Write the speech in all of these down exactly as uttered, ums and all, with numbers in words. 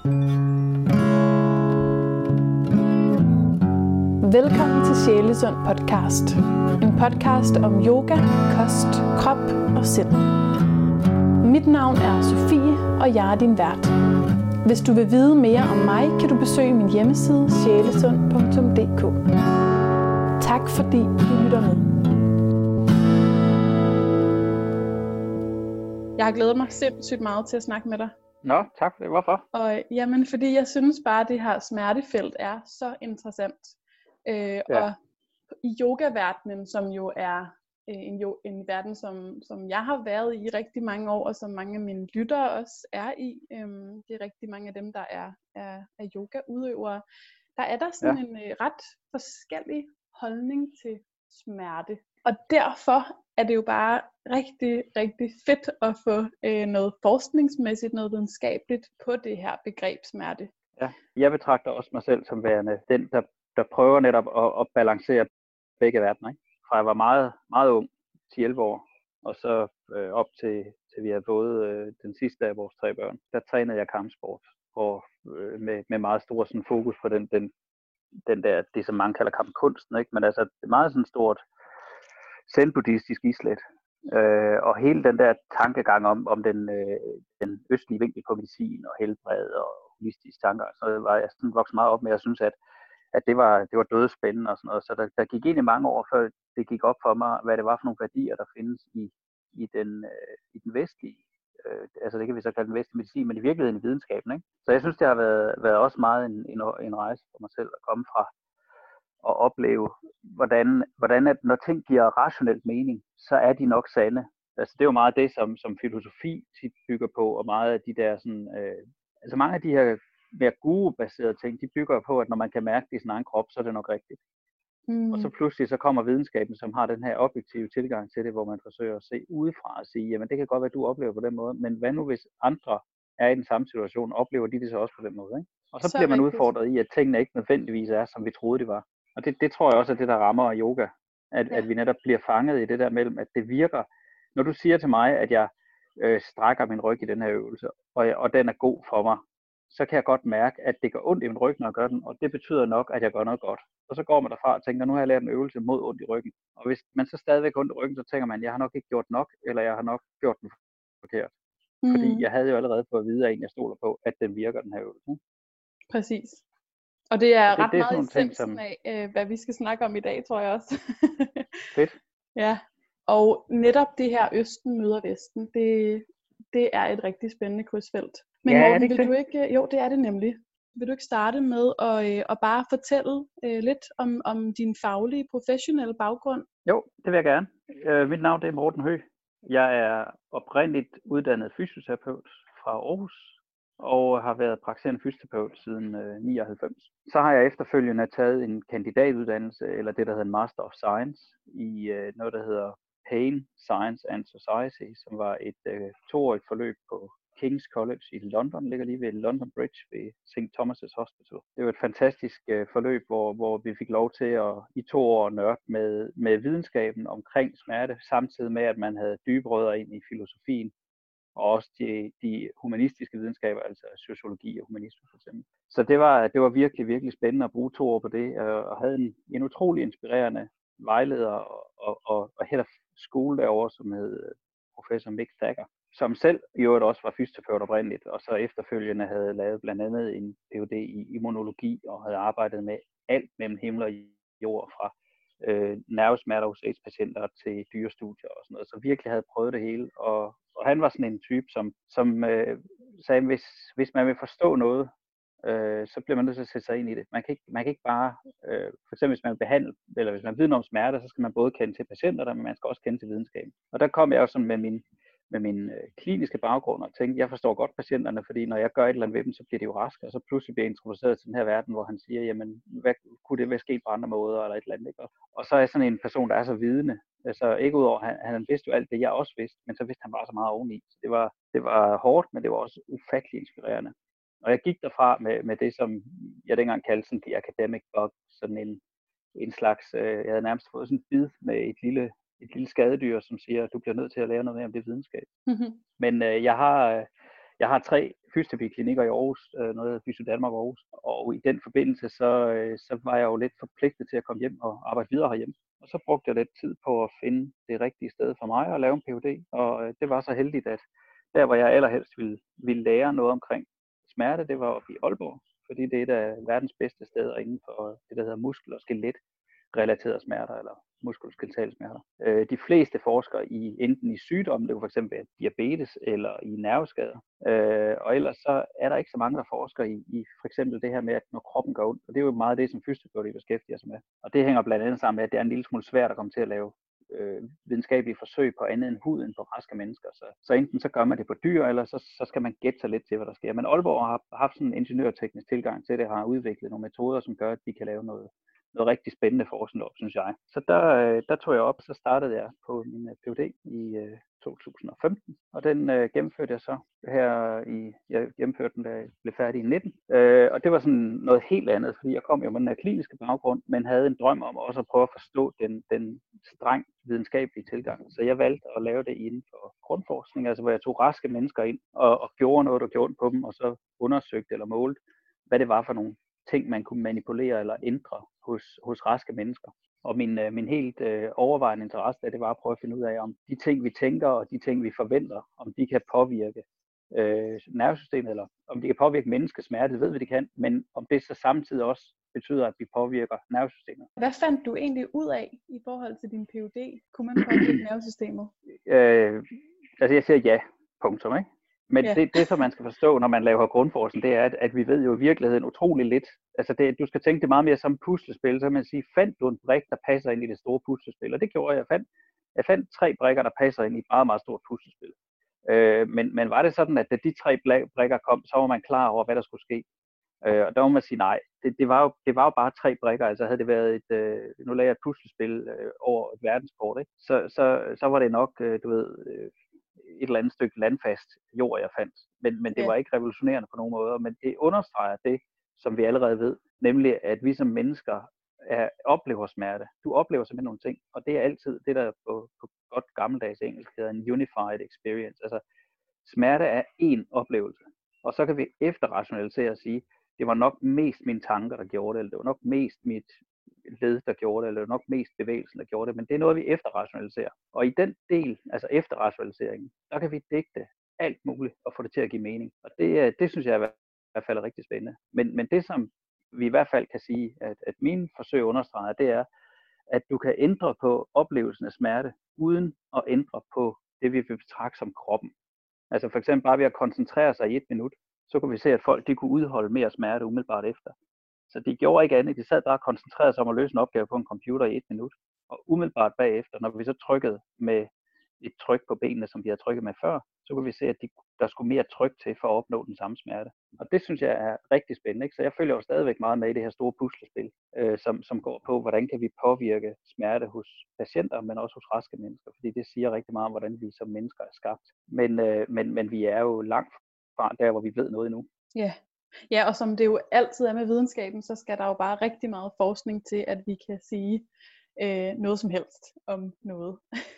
Velkommen til Sjælesund podcast. En podcast om yoga, kost, krop og sind. Mit navn er Sofie, og jeg er din vært. Hvis du vil vide mere om mig, kan du besøge min hjemmeside sjælesund punktum d k. Tak fordi du lytter med. Jeg har glædet mig sindssygt meget til at snakke med dig. Nå, tak for det. Hvorfor? Og jamen, fordi jeg synes bare, at det her smertefelt er så interessant. Øh, ja. Og i yogaverdenen, som jo er øh, en, jo, en verden, som, som jeg har været i rigtig mange år, og som mange af mine lyttere også er i, øh, det er rigtig mange af dem, der er, er, er yogaudøvere, der er der sådan ja. en øh, ret forskellig holdning til smerte. Og derfor er det jo bare rigtig, rigtig fedt at få øh, noget forskningsmæssigt, noget videnskabeligt på det her begreb smerte. Ja, jeg betragter også mig selv som værende den, der der prøver netop at, at balancere begge verdener. Ikke? Fra jeg var meget, meget ung, ti elleve år, og så øh, op til, til vi havde fået øh, den sidste af vores tre børn, der trænede jeg kampsport, og øh, med, med meget stor sådan, fokus på den, den, den der, det som mange kalder kampkunsten, ikke? Men altså det er meget sådan stort zen-buddhistisk islet. Øh, og hele den der tankegang om, om den, øh, den østlige vinkel på medicin og helbred og holistisk tanker, så var jeg sådan vokset meget op med, at jeg synes, at at det var, det var dødspændende og sådan noget. Så der, der gik egentlig mange år, før det gik op for mig, hvad det var for nogle værdier, der findes i, i, den, øh, i den vestlige, øh, altså det kan vi så kalde den vestlige medicin, men i virkeligheden i videnskaben. Ikke? Så jeg synes, det har været, været også meget en, en, en rejse for mig selv at komme fra og opleve, hvordan, hvordan at når ting giver rationelt mening, så er de nok sande. Altså det er jo meget det, som, som filosofi tit bygger på, og meget af de der sådan, øh, altså mange af de her mere guru-baserede ting, de bygger på, at når man kan mærke det i sin egen krop, så er det nok rigtigt. Mm. Og så pludselig så kommer videnskaben, som har den her objektive tilgang til det, hvor man forsøger at se udefra og sige, jamen det kan godt være, at du oplever på den måde, men hvad nu hvis andre er i den samme situation, oplever de det så også på den måde, ikke? Og så, så bliver man rigtigt. Udfordret i, at tingene ikke nødvendigvis er, som vi troede, de var. Og det, det tror jeg også er det, der rammer yoga, at, ja. at vi netop bliver fanget i det der mellem, at det virker. Når du siger til mig, at jeg øh, strækker min ryg i den her øvelse, og, jeg, og den er god for mig, så kan jeg godt mærke, at det gør ondt i min ryg, når jeg gør den, og det betyder nok, at jeg gør noget godt. Og så går man derfra og tænker, nu har jeg lært en øvelse mod ondt i ryggen. Og hvis man så stadigvæk ondt i ryggen, så tænker man, jeg har nok ikke gjort nok, eller jeg har nok gjort den forkert. Mm. Fordi jeg havde jo allerede fået at vide af en, jeg stoler på, at den virker, den her øvelse. Præcis. Og det er og det, ret det er meget essensen som... af, øh, hvad vi skal snakke om i dag, tror jeg også. Fedt. Ja, og netop det her Østen møder Vesten, det, det er et rigtig spændende krydsfelt. Men ja, Morten, vil du ikke, jo det er det nemlig, vil du ikke starte med at, øh, at bare fortælle øh, lidt om, om din faglige, professionelle baggrund? Jo, det vil jeg gerne. Øh, mit navn det er Morten Høgh. Jeg er oprindeligt uddannet fysioterapeut fra Aarhus, og har været praktiserende fysioterapeut siden øh, nioghalvfems. Så har jeg efterfølgende taget en kandidatuddannelse, eller det der hedder en Master of Science, i øh, noget der hedder Pain, Science and Society, som var et øh, toårigt forløb på King's College i London, ligger lige ved London Bridge ved Saint Thomas' Hospital. Det var et fantastisk øh, forløb, hvor, hvor vi fik lov til at i to år nørde med, med videnskaben omkring smerte, samtidig med at man havde dybe rødder ind i filosofien, og også de, de humanistiske videnskaber, altså sociologi og humanisme for eksempel. Så det var, det var virkelig, virkelig spændende at bruge to år på det, og havde en, en utrolig inspirerende vejleder og, og, og, og head of school derovre, som hed professor Mick Thacker, som selv i øvrigt også var fysioterapeut oprindeligt, og så efterfølgende havde lavet blandt andet en P H D i immunologi, og havde arbejdet med alt mellem himmel og jord, fra øh, nervesmerter hos AIDS-patienter til dyrestudier og sådan noget, så virkelig havde prøvet det hele, og, og han var sådan en type, som, som øh, sagde, hvis, hvis man vil forstå noget, øh, så bliver man nødt til at sætte sig ind i det. Man kan ikke, man kan ikke bare, øh, for eksempel hvis man vil behandle, eller hvis man vidner om smerter, så skal man både kende til patienterne, men man skal også kende til videnskaben. Og der kom jeg jo sådan med min med min øh, kliniske baggrund og tænkte, jeg forstår godt patienterne, fordi når jeg gør et eller andet ved dem, så bliver de jo raske, og så pludselig bliver jeg introduceret til den her verden, hvor han siger, jamen, hvad kunne det være sket på andre måder, eller et eller andet, ikke? Og så er jeg sådan en person, der er så vidende, altså ikke udover, han, han vidste jo alt det, jeg også vidste, men så vidste han bare så meget oveni. Så det var, det var hårdt, men det var også ufattelig inspirerende. Og jeg gik derfra med, med det, som jeg dengang kaldte sådan the academic bug, sådan en, en slags, øh, jeg havde nærmest fået sådan en bid med et lille et lille skadedyr, som siger, at du bliver nødt til at lære noget mere om det videnskab. Mm-hmm. Men øh, jeg har jeg har tre fysioterapiklinikker i Aarhus, øh, noget af Fysio Danmark Aarhus, og i den forbindelse, så, øh, så var jeg jo lidt forpligtet til at komme hjem og arbejde videre herhjemme. Og så brugte jeg lidt tid på at finde det rigtige sted for mig at lave en P H D, og øh, det var så heldigt, at der, hvor jeg allerhelst ville, ville lære noget omkring smerte, det var oppe i Aalborg, fordi det er et af verdens bedste steder inden for det, der hedder muskel- og skelet-relaterede smerter, eller muskuloskelettale smerter. Øh, de fleste forskere i enten i sygdomme, det kunne fx være diabetes eller i nerveskader, øh, og ellers så er der ikke så mange, der forsker i, i for eksempel det her med, at når kroppen går ondt, og det er jo meget det, som fysioterapi beskæftiger sig med. Og det hænger blandt andet sammen med, at det er en lille smule svært at komme til at lave øh, videnskabelige forsøg på andet end huden på raske mennesker. Så, så enten så gør man det på dyr, eller så, så skal man gætte sig lidt til, hvad der sker. Men Aalborg har haft sådan en ingeniørteknisk tilgang til det, har udviklet nogle metoder, som gør, at de kan lave noget noget rigtig spændende forskning op, synes jeg. Så der, der tog jeg op, så startede jeg på min P H D i øh, to tusind og femten, og den øh, gennemførte jeg så her i, jeg gennemførte den, da jeg blev færdig i nitten, øh, og det var sådan noget helt andet, fordi jeg kom jo med den her kliniske baggrund, men havde en drøm om også at prøve at forstå den, den streng videnskabelige tilgang, så jeg valgte at lave det inden for grundforskning, altså hvor jeg tog raske mennesker ind og, og gjorde noget, der gjorde ondt på dem, og så undersøgte eller målte, hvad det var for nogle ting, man kunne manipulere eller ændre hos, hos raske mennesker. Og min, øh, min helt øh, overvejende interesse, det var at prøve at finde ud af, om de ting, vi tænker og de ting, vi forventer, om de kan påvirke øh, nervesystemet, eller om de kan påvirke menneskets smerte, det ved vi, det kan, men om det så samtidig også betyder, at vi påvirker nervesystemet. Hvad fandt du egentlig ud af i forhold til din P H D? Kunne man påvirke nervesystemet? Øh, altså jeg siger ja, punktum, ikke? Men Ja. det, det, som man skal forstå, når man laver grundforskning, det er, at, at vi ved jo i virkeligheden utrolig lidt. Altså det, du skal tænke det meget mere som puslespil, så kan man sige, fandt du en brik, der passer ind i det store puslespil? Og det gjorde jeg. Jeg fandt, jeg fandt tre brikker, der passer ind i et meget, meget stort puslespil. Øh, men, men var det sådan, at da de tre brikker kom, så var man klar over, hvad der skulle ske? Øh, og der må man sige nej. Det, det, var jo, det var jo bare tre brikker. Altså havde det været et, øh, nu lagde jeg et puslespil øh, over et verdenskort, ikke? Så, så, så var det nok, øh, du ved... Øh, et eller andet stykke landfast jord, jeg fandt. Men, men det var ikke revolutionerende på nogen måde, men det understreger det, som vi allerede ved, nemlig at vi som mennesker er, oplever smerte. Du oplever simpelthen nogle ting, og det er altid det, der på, på godt gammeldags engelsk hedder en unified experience. Altså, smerte er én oplevelse, og så kan vi efterrationalisere og sige, det var nok mest mine tanker, der gjorde det, eller det var nok mest mit led, der gjorde det, eller nok mest bevægelsen, der gjorde det, men det er noget, vi efterrationaliserer. Og i den del, altså efterrationaliseringen, der kan vi digte alt muligt og få det til at give mening. Og det, det synes jeg i hvert fald er rigtig spændende. Men, men det, som vi i hvert fald kan sige, at, at mine forsøg understreger, det er, at du kan ændre på oplevelsen af smerte, uden at ændre på det, vi vil betragte som kroppen. Altså for eksempel bare ved at koncentrere sig i et minut, så kunne vi se, at folk de kunne udholde mere smerte umiddelbart efter. Så de gjorde ikke andet, de sad bare og koncentrerede sig om at løse en opgave på en computer i et minut. Og umiddelbart bagefter, når vi så trykkede med et tryk på benene, som de havde trykket med før, så kunne vi se, at de, der skulle mere tryk til for at opnå den samme smerte. Og det synes jeg er rigtig spændende, ikke? Så jeg følger jo stadigvæk meget med i det her store puslespil, øh, som, som går på, hvordan kan vi påvirke smerte hos patienter, men også hos raske mennesker, fordi det siger rigtig meget om, hvordan vi som mennesker er skabt. Men, øh, men, men vi er jo langt fra der, hvor vi ved noget endnu. Ja. Ja, og som det jo altid er med videnskaben, så skal der jo bare rigtig meget forskning til, at vi kan sige øh, noget som helst om noget.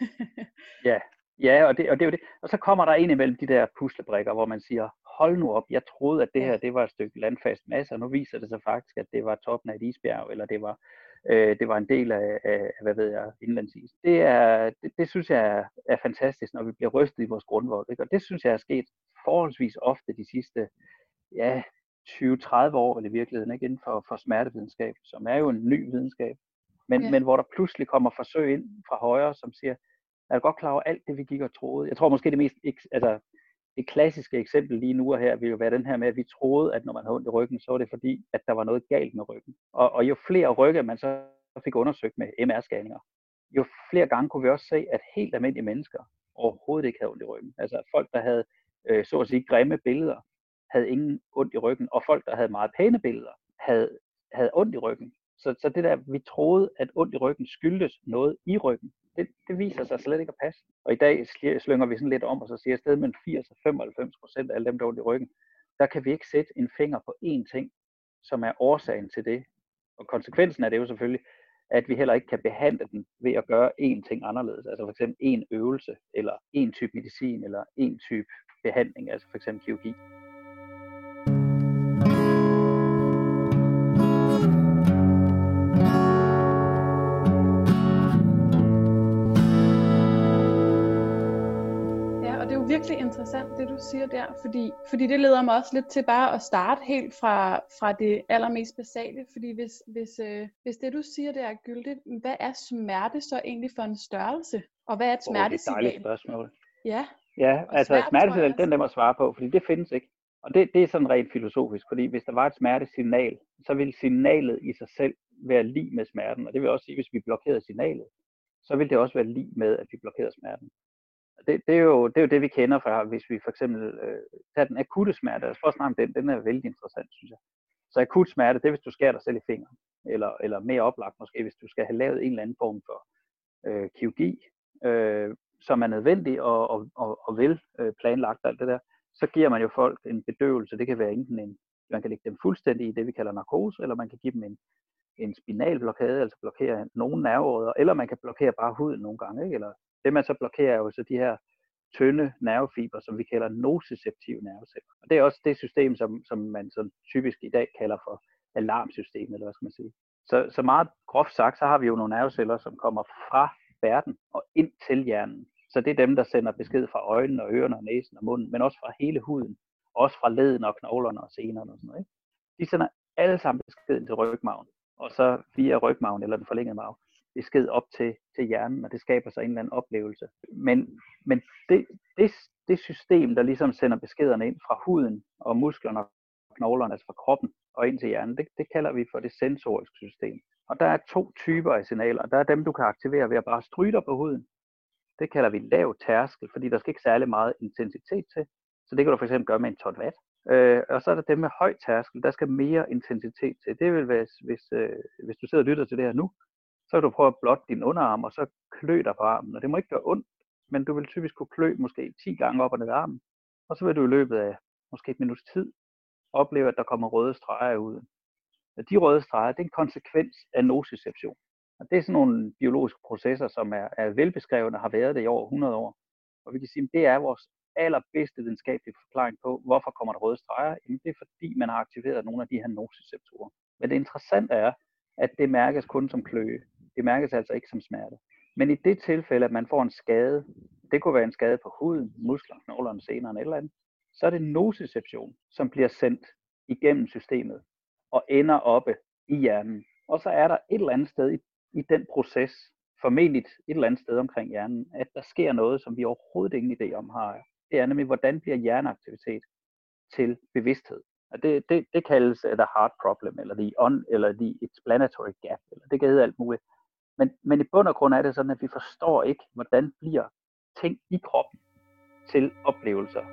Ja, ja, og det, og det er jo det. Og så kommer der ind imellem de der puslebrikker, hvor man siger, hold nu op, jeg troede, at det her det var et stykke landfast masse, og nu viser det sig faktisk, at det var toppen af et isbjerg, eller det var, øh, det var en del af, af, hvad ved jeg, indlandsis. Det, er, det, det synes jeg er, er fantastisk, når vi bliver rystet i vores grundvold, ikke? Og det synes jeg er sket forholdsvis ofte de sidste, ja, tyve til tredive år i virkeligheden, ikke, inden for, for smertevidenskab, som er jo en ny videnskab, men, ja. men hvor der pludselig kommer forsøg ind fra højre, som siger, er du godt klar over alt det, vi gik og troede? Jeg tror måske det mest, altså det klassiske eksempel lige nu og her, vil jo være den her med, at vi troede, at når man havde ondt i ryggen, så var det fordi, at der var noget galt med ryggen. Og, og jo flere rygge man så fik undersøgt med M R-scanninger, jo flere gange kunne vi også se, at helt almindelige mennesker overhovedet ikke havde ondt i ryggen. Altså folk, der havde, øh, så at sige, grimme billeder, havde ingen ondt i ryggen, og folk, der havde meget pæne billeder, havde, havde ondt i ryggen. Så, så det der, vi troede, at ondt i ryggen skyldtes noget i ryggen, det, det viser sig slet ikke at passe. Og i dag slynger vi sådan lidt om, og så siger stedet mellem firs og femoghalvfems procent af alle dem, der er ondt i ryggen, der kan vi ikke sætte en finger på én ting, som er årsagen til det. Og konsekvensen af det er jo selvfølgelig, at vi heller ikke kan behandle den ved at gøre én ting anderledes. Altså for eksempel én øvelse, eller én type medicin, eller én type behandling, altså for eksempel kirurgi. Virkelig interessant, det du siger der, fordi, fordi det leder mig også lidt til bare at starte helt fra, fra det allermest basale, fordi hvis, hvis, øh, hvis det du siger, det er gyldigt, hvad er smerte så egentlig for en størrelse? Og hvad er et smertesignal? Oh, det er et dejligt spørgsmål. Ja, ja altså et smertesignal, den er dem at svare på, fordi det findes ikke. Og det, det er sådan rent filosofisk, fordi hvis der var et smertesignal, så ville signalet i sig selv være lig med smerten. Og det vil også sige, hvis vi blokerede signalet, så vil det også være lig med, at vi blokerede smerten. Det, det, er jo, det er jo det, vi kender fra, hvis vi for eksempel øh, tager den akutte smerte. Altså for at snakke om den, den er vældig interessant, synes jeg. Så akut smerte, det er, hvis du skærer dig selv i fingeren. Eller, eller mere oplagt måske, hvis du skal have lavet en eller anden form for øh, kirurgi, øh, som er nødvendig og, og, og, og vel øh, planlagt alt det der. Så giver man jo folk en bedøvelse. Det kan være enten en, man kan lægge dem fuldstændig i det, vi kalder narkose, eller man kan give dem en, en spinalblokade, altså blokere nogle nerveåder, eller man kan blokere bare huden nogle gange, ikke? Eller det man så blokerer er jo så de her tynde nervefiber, som vi kalder nociceptive nerveceller. Og det er også det system, som, som man så typisk i dag kalder for alarmsystemet, eller hvad skal man sige. Så, så meget groft sagt, så har vi jo nogle nerveceller, som kommer fra verden og ind til hjernen. Så det er dem, der sender besked fra øjnene og ørerne og næsen og munden, men også fra hele huden, også fra ledene og knoglerne og senerne og sådan noget, ikke? De sender alle sammen besked til rygmarven, og så via rygmarven eller den forlængede marv besked op til, til hjernen, og det skaber sig en eller anden oplevelse. Men, men det, det, det system, der ligesom sender beskederne ind fra huden og musklerne og knoglerne, altså fra kroppen og ind til hjernen, det, det kalder vi for det sensoriske system. Og der er to typer af signaler. Der er dem, du kan aktivere ved at bare stryge dig på huden. Det kalder vi lav tærskel, fordi der skal ikke særlig meget intensitet til. Så det kan du for eksempel gøre med en tot vand. Øh, og så er der dem med høj tærskel, der skal mere intensitet til. Det vil være, hvis, øh, hvis du sidder og lytter til det her nu, så kan du prøve at blotte din underarm, og så klø dig på armen. Og det må ikke gøre ondt, men du vil typisk kunne klø måske ti gange op og ned ad armen. Og så vil du i løbet af måske et minuts tid opleve, at der kommer røde streger ud. Og de røde streger, det er en konsekvens af nociception. Og det er sådan nogle biologiske processer, som er, er velbeskrevne og har været det i over hundrede år. Og vi kan sige, at det er vores allerbedste videnskabelige forklaring på, hvorfor kommer der røde streger. Jamen, det er fordi, man har aktiveret nogle af de her nociceptorer. Men det interessante er, at det mærkes kun som kløe. Det mærkes altså ikke som smerte. Men i det tilfælde, at man får en skade, det kunne være en skade på huden, muskler, knoglerne, senerne eller andet, så er det nociception, som bliver sendt igennem systemet og ender oppe i hjernen. Og så er der et eller andet sted i, i den proces, formentlig et eller andet sted omkring hjernen, at der sker noget, som vi overhovedet ingen idé om har. Det er nemlig, hvordan bliver hjerneaktivitet til bevidsthed. Og det, det, det kaldes the heart problem, eller the, on, eller the explanatory gap, eller det kan hedde alt muligt. Men, men i bund og grund er det sådan, at vi forstår ikke, hvordan bliver ting i kroppen til oplevelser.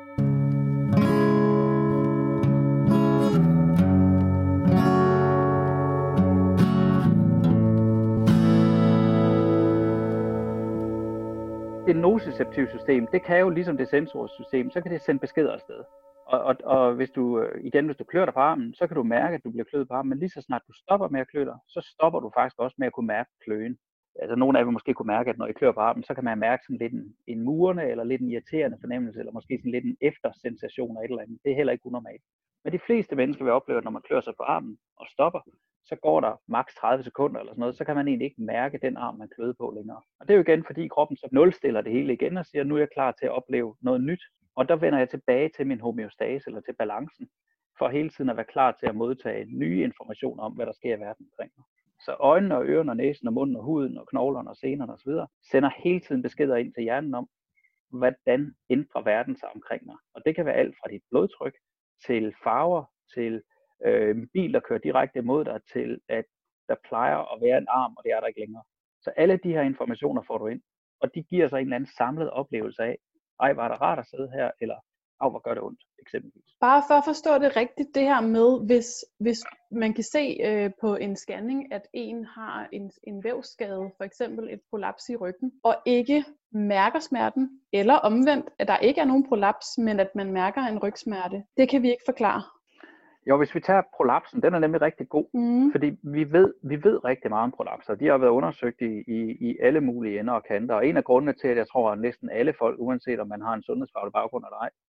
Det nociceptive system, det kan jo ligesom det sensoriske system, så kan det sende beskeder afsted. Og, og, og hvis du, igen, hvis du klør dig på armen, så kan du mærke, at du bliver kløet på armen, men lige så snart du stopper med at klø dig, så stopper du faktisk også med at kunne mærke kløen. Altså nogle af jer måske kunne mærke, at når I klør på armen, så kan man mærke sådan lidt en, en murende, eller lidt en irriterende fornemmelse, eller måske sådan lidt en eftersensation af et eller andet. Det er heller ikke unormalt. Men de fleste mennesker vil opleve, at når man klør sig på armen og stopper, så går der maks tredive sekunder eller sådan noget, så kan man egentlig ikke mærke den arm, man kløede på længere. Og det er jo igen, fordi kroppen så nulstiller det hele igen og siger, nu er jeg klar til at opleve noget nyt. Og der vender jeg tilbage til min homeostase eller til balancen, for hele tiden at være klar til at modtage nye informationer om, hvad der sker i verden omkring mig. Så øjnene og ørerne og næsen og munden og huden og knoglerne og senerne osv. sender hele tiden beskeder ind til hjernen om, hvordan ændrer verden sig omkring mig. Og det kan være alt fra dit blodtryk til farver, til øh, en bil, der kører direkte imod dig, til at der plejer at være en arm, og det er der ikke længere. Så alle de her informationer får du ind, og de giver sig en eller anden samlet oplevelse af, ej, var det rart at sidde her, eller af, hvor gør det ondt, eksempelvis. Bare for at forstå det rigtigt, det her med, hvis, hvis man kan se øh, på en scanning, at en har en, en vævsskade, for eksempel et prolaps i ryggen, og ikke mærker smerten, eller omvendt, at der ikke er nogen prolaps, men at man mærker en rygsmerte. Det kan vi ikke forklare. Jo, hvis vi tager prolapsen, den er nemlig rigtig god, mm. fordi vi ved, vi ved rigtig meget om prolapser. De har været undersøgt i, i, i alle mulige ender og kanter, og en af grundene til, at jeg tror, at næsten alle folk, uanset om man har en sundhedsfaglig baggrund eller ej,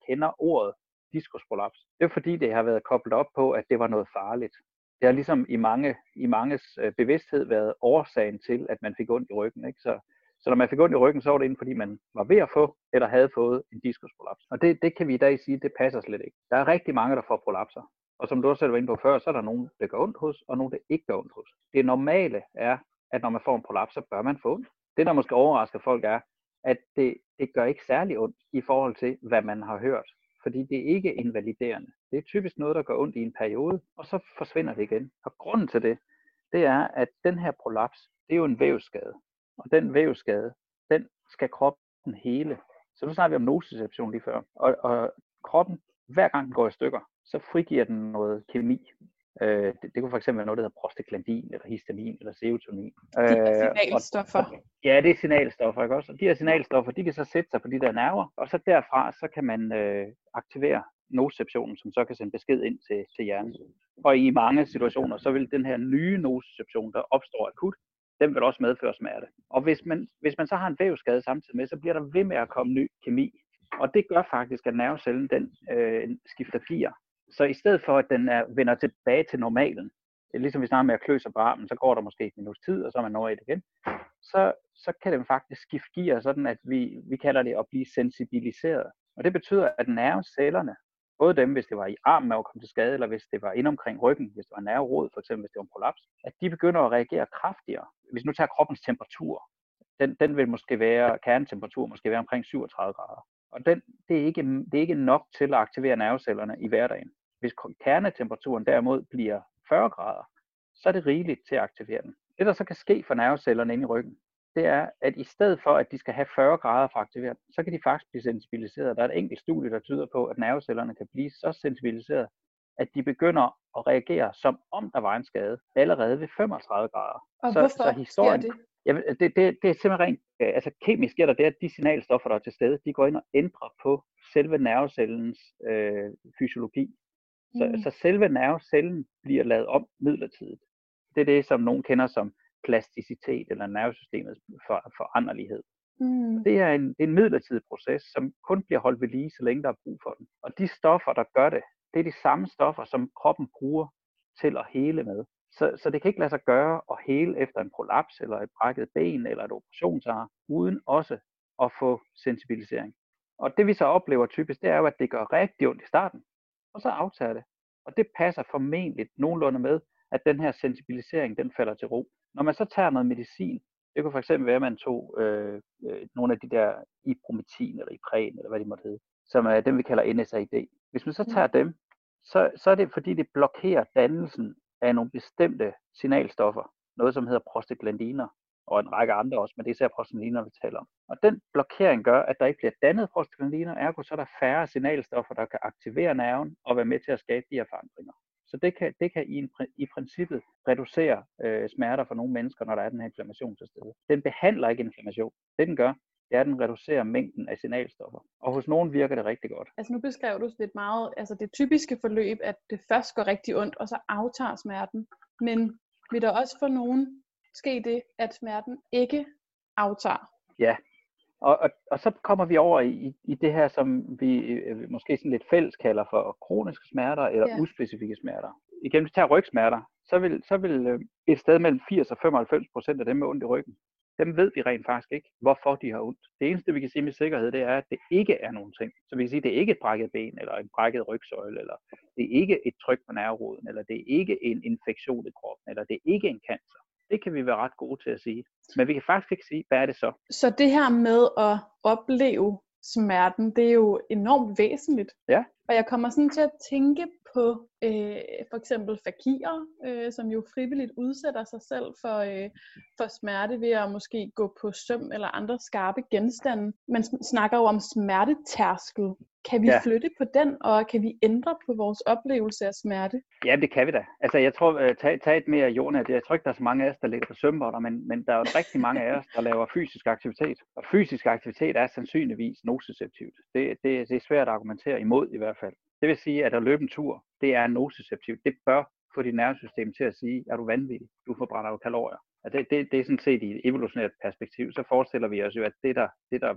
kender ordet diskusprolaps. Det er fordi, det har været koblet op på, at det var noget farligt. Det har ligesom i mange i manges øh, bevidsthed været årsagen til, at man fik ondt i ryggen. Ikke? Så, så når man fik ondt i ryggen, så var det inden fordi, man var ved at få, eller havde fået en diskusprolaps. Og det, det kan vi i dag sige, det passer slet ikke. Der er rigtig mange, der får prolapser. Og som du også selv var inde på før, så er der nogen, der gør ondt hos, og nogen, der ikke gør ondt hos. Det normale er, at når man får en prolaps, så bør man få ondt. Det, der måske overrasker folk, er, at det, det gør ikke særlig ondt i forhold til, hvad man har hørt. Fordi det er ikke invaliderende. Det er typisk noget, der gør ondt i en periode, og så forsvinder det igen. Og grunden til det, det er, at den her prolaps, det er jo en vævsskade. Og den vævsskade, den skal kroppen hele. Så nu snakker vi om nociception lige før. Og, og kroppen, hver gang den går i stykker, så frigiver den noget kemi. Øh, det, det kunne for eksempel være noget, der hedder prostaglandin, eller histamin, eller serotonin. De er signalstoffer. Øh, og, ja, det er signalstoffer, ikke også? Og de her signalstoffer, de kan så sætte sig på de der nerver, og så derfra, så kan man øh, aktivere nociceptionen, som så kan sende besked ind til, til hjernen. Og i mange situationer, så vil den her nye nociception, der opstår akut, den vil også medføre smerte. Og hvis man, hvis man så har en vævsskade samtidig med, så bliver der ved med at komme ny kemi. Og det gør faktisk, at nervecellen den øh, skifter gear. Så i stedet for, at den er, vender tilbage til normalen, ligesom vi snakker med at klø sig på armen, så går der måske et minuts tid, og så er man over i det igen, så, så kan den faktisk skifte gear, sådan at vi, vi kalder det at blive sensibiliseret. Og det betyder, at nervecellerne, både dem, hvis det var i armen, man var kommet til skade, eller hvis det var inde omkring ryggen, hvis det var nerverod, for eksempel hvis det var en prolaps, at de begynder at reagere kraftigere. Hvis nu tager kroppens temperatur, den, den vil måske være, kernetemperatur måske være omkring syvogtredive grader. Og den, det, er ikke, det er ikke nok til at aktivere nervecellerne i hverdagen. Hvis kernetemperaturen derimod bliver fyrre grader, så er det rigeligt til at aktivere den. Det, der så kan ske for nervecellerne inde i ryggen, det er, at i stedet for, at de skal have fyrre grader for at aktivere den, så kan de faktisk blive sensibiliseret. Der er et enkelt studie, der tyder på, at nervecellerne kan blive så sensibiliseret, at de begynder at reagere, som om der var en skade, allerede ved femogtredive grader. Og så, hvorfor så historien, sker det? Ja, det, det, det er simpelthen rent, altså kemisk sker der det, at de signalstoffer, der er til stede, de går ind og ændrer på selve nervecellens øh, fysiologi. Så, mm. så selve nervecellen bliver lavet om midlertidigt. Det er det, som nogen kender som plasticitet, eller nervesystemets for, foranderlighed. Mm. Det er en, det er en midlertidig proces, som kun bliver holdt ved lige, så længe der er brug for den. Og de stoffer, der gør det, det er de samme stoffer, som kroppen bruger til at hele med. Så, så det kan ikke lade sig gøre at hele efter en prolaps, eller et brækket ben, eller et operationsar, uden også at få sensibilisering. Og det vi så oplever typisk, det er jo, at det gør rigtig ondt i starten, og så aftager det. Og det passer formentlig nogenlunde med, at den her sensibilisering, den falder til ro. Når man så tager noget medicin, det kunne for eksempel være, at man tog øh, øh, nogle af de der iprometin, eller ipren, eller hvad de måtte hedde, som er dem, vi kalder N S A I D. Hvis man så tager dem, så, så er det fordi, det blokerer dannelsen af nogle bestemte signalstoffer. Noget, som hedder prostaglandiner, og en række andre også, men det er især prostaglandiner, vi taler om. Og den blokering gør, at der ikke bliver dannet prostaglandiner, ergo så er der færre signalstoffer, der kan aktivere nerven og være med til at skabe de her forandringer. Så det kan, det kan i, en, i princippet reducere øh, smerter for nogle mennesker, når der er den her inflammation til stede. Den behandler ikke inflammation. Det den gør, det er, at den reducerer mængden af signalstoffer. Og hos nogen virker det rigtig godt. Altså nu beskrev du lidt meget, altså det typiske forløb, at det først går rigtig ondt, og så aftager smerten. Men vil der også for nogen ske det, at smerten ikke aftager? Ja, og, og, og så kommer vi over i, i det her, som vi øh, måske sådan lidt fælles kalder for kroniske smerter, eller ja. uspecifikke smerter. Igen, hvis vi tager rygsmerter, så vil, så vil øh, et sted mellem firs og femoghalvfems procent af dem med ondt i ryggen, dem ved vi rent faktisk ikke, hvorfor de har ondt. Det eneste, vi kan sige med sikkerhed, det er, at det ikke er nogen ting. Så vi kan sige, at det er ikke et brækket ben, eller en brækket rygsøjle, eller det er ikke et tryk på nerveroden, eller det er ikke en infektion i kroppen, eller det er ikke en cancer. Det kan vi være ret gode til at sige. Men vi kan faktisk ikke sige, hvad er det så? Så det her med at opleve smerten, det er jo enormt væsentligt. Ja. Og jeg kommer sådan til at tænke på øh, for eksempel fakirer, øh, som jo frivilligt udsætter sig selv for, øh, for smerte ved at måske gå på søm eller andre skarpe genstande. Man snakker jo om smertetærskel. Kan vi ja. flytte på den, og kan vi ændre på vores oplevelse af smerte? Ja, det kan vi da. Altså jeg tror, tag, tag et mere jordnært. Jeg tror ikke, der er så mange af os, der ligger på sømbotter, men, men der er jo rigtig mange af os, der laver fysisk aktivitet. Og fysisk aktivitet er sandsynligvis nociceptivt. Det, det, det er svært at argumentere imod i hvert fald. Det vil sige, at at løbe en tur, det er nociceptivt. Det bør få dit nervesystem til at sige, er du vanvittig, du forbrænder jo kalorier. Og det, det, det er sådan set i et evolutionært perspektiv, så forestiller vi os jo, at det der, det der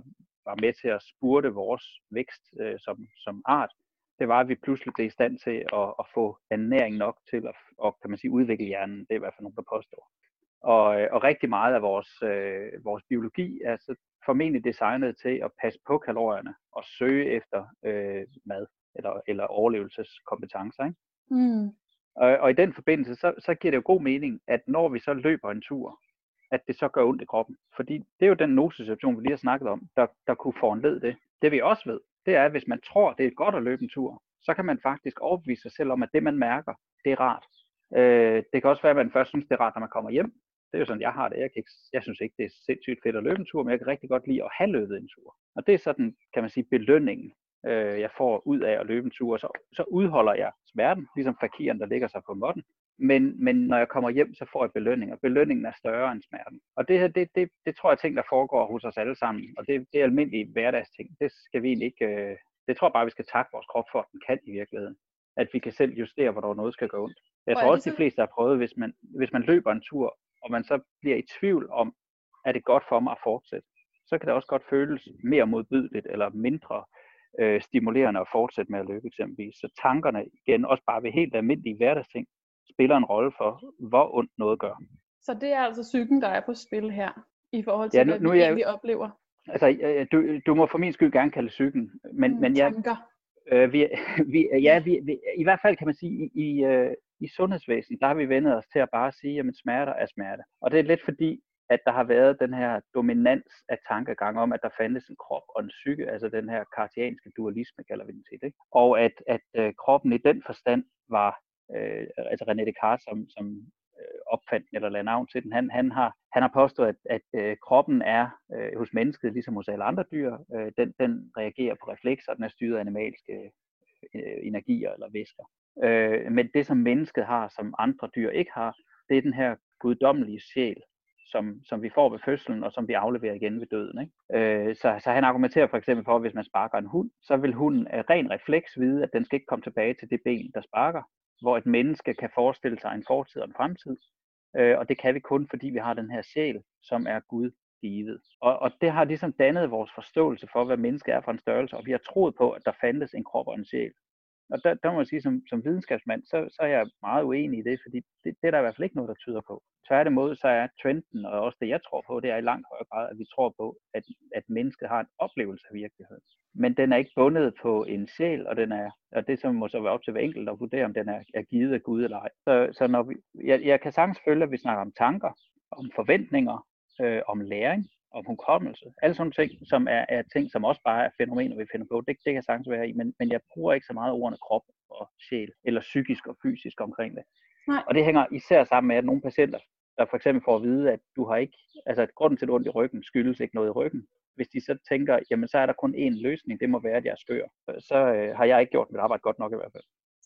var med til at spurte vores vækst øh, som, som art, det var, at vi pludselig blev i stand til at, at få ernæring nok til at, at kan man sige, udvikle hjernen. Det er i hvert fald nogen, der påstår. Og, og rigtig meget af vores, øh, vores biologi er så formentlig designet til at passe på kalorierne og søge efter øh, mad eller, eller overlevelseskompetencer. Ikke? Mm. Og, og i den forbindelse, så, så giver det jo god mening, at når vi så løber en tur, at det så gør ondt i kroppen. Fordi det er jo den nosesituation, vi lige har snakket om, der, der kunne foranlede det. Det vi også ved, det er, at hvis man tror, det er godt at løbe en tur, så kan man faktisk overbevise sig selv om, at det man mærker, det er rart. Øh, det kan også være, at man først synes, det er rart, når man kommer hjem. Det er jo sådan, jeg har det. Jeg, kan ikke, jeg synes ikke, det er sindssygt fedt at løbe en tur, men jeg kan rigtig godt lide at have løbet en tur. Og det er sådan, kan man sige, belønningen, øh, jeg får ud af at løbe en tur. Og så, så udholder jeg smerten, ligesom fakiren, der ligger sig på måtten. Men, men når jeg kommer hjem, så får jeg belønning, og belønningen er større end smerten. Og det her, det, det, det tror jeg er ting, der foregår hos os alle sammen. Og det, det er almindelige hverdagsting. Det skal vi egentlig ikke, øh, det tror jeg bare, vi skal takke vores krop for, at den kan i virkeligheden. At vi kan selv justere, hvornår noget skal gå ondt. Jeg tror også, de fleste har prøvet, hvis man, hvis man løber en tur, og man så bliver i tvivl om, er det godt for mig at fortsætte, så kan det også godt føles mere modbydeligt eller mindre øh, stimulerende at fortsætte med at løbe eksempelvis. Så tankerne igen, også bare ved helt almindelige hverdagsting, spiller en rolle for, hvor ondt noget gør. Så det er altså psyken, der er på spil her, i forhold til, ja, nu, hvad nu vi jeg, egentlig oplever. Altså, du, du må for min skyld gerne kalde psyken, men, Mm, men jeg, tanker. øh, vi, vi, ja, vi, vi, i hvert fald kan man sige, i, i, øh, i sundhedsvæsenet, der har vi vendet os til at bare sige, at smerter er smerte. Og det er lidt fordi, at der har været den her dominans af tankegang om, at der fandtes en krop og en psyke, altså den her kartianske dualisme, kalder vi den til det. Og at, at øh, kroppen i den forstand var, øh, altså René Descartes, som, som øh, opfandt eller lagde navn til den, han, han, har, han har påstået, at, at øh, kroppen er øh, hos mennesket, ligesom hos alle andre dyr, øh, den, den reagerer på reflekser, den er styret af animalske øh, energier eller væsker. Øh, men det, som mennesket har, som andre dyr ikke har, det er den her guddommelige sjæl, som, som vi får ved fødslen, og som vi afleverer igen ved døden. Ikke? Øh, så, så han argumenterer for eksempel for, at hvis man sparker en hund, så vil hunden af ren refleks vide, at den skal ikke komme tilbage til det ben, der sparker, hvor et menneske kan forestille sig en fortid og en fremtid. Øh, og det kan vi kun, fordi vi har den her sjæl, som er Gud givet. Og, og det har ligesom dannet vores forståelse for, hvad mennesket er for en størrelse, og vi har troet på, at der fandtes en krop og en sjæl. Og der, der må jeg sige, som, som videnskabsmand, så, så er jeg meget uenig i det, fordi det, det er der i hvert fald ikke noget, der tyder på. Tværtimod, så er trenden, og også det, jeg tror på, det er i langt højere grad, at vi tror på, at, at mennesket har en oplevelse af virkeligheden. Men den er ikke bundet på en sjæl, og, den er, og det som må så være op til hver enkelt at vurdere, om den er, er givet af Gud eller ej. Så, så når vi, jeg, jeg kan sagtens følge, at vi snakker om tanker, om forventninger, øh, om læring, om hukommelse. Alle sådan ting, som er, er ting, som også bare er fænomener, vi finder på. Det, det kan sagtens være i, men, men jeg bruger ikke så meget ordene krop og sjæl, eller psykisk og fysisk omkring det. Nej. Og det hænger især sammen med, at nogle patienter, der for eksempel får at vide, at du har ikke, altså at grunden til, at du ondt i ryggen, skyldes ikke noget i ryggen. Hvis de så tænker, jamen så er der kun én løsning, det må være, at jeg er skør. Så øh, har jeg ikke gjort mit arbejde godt nok i hvert fald.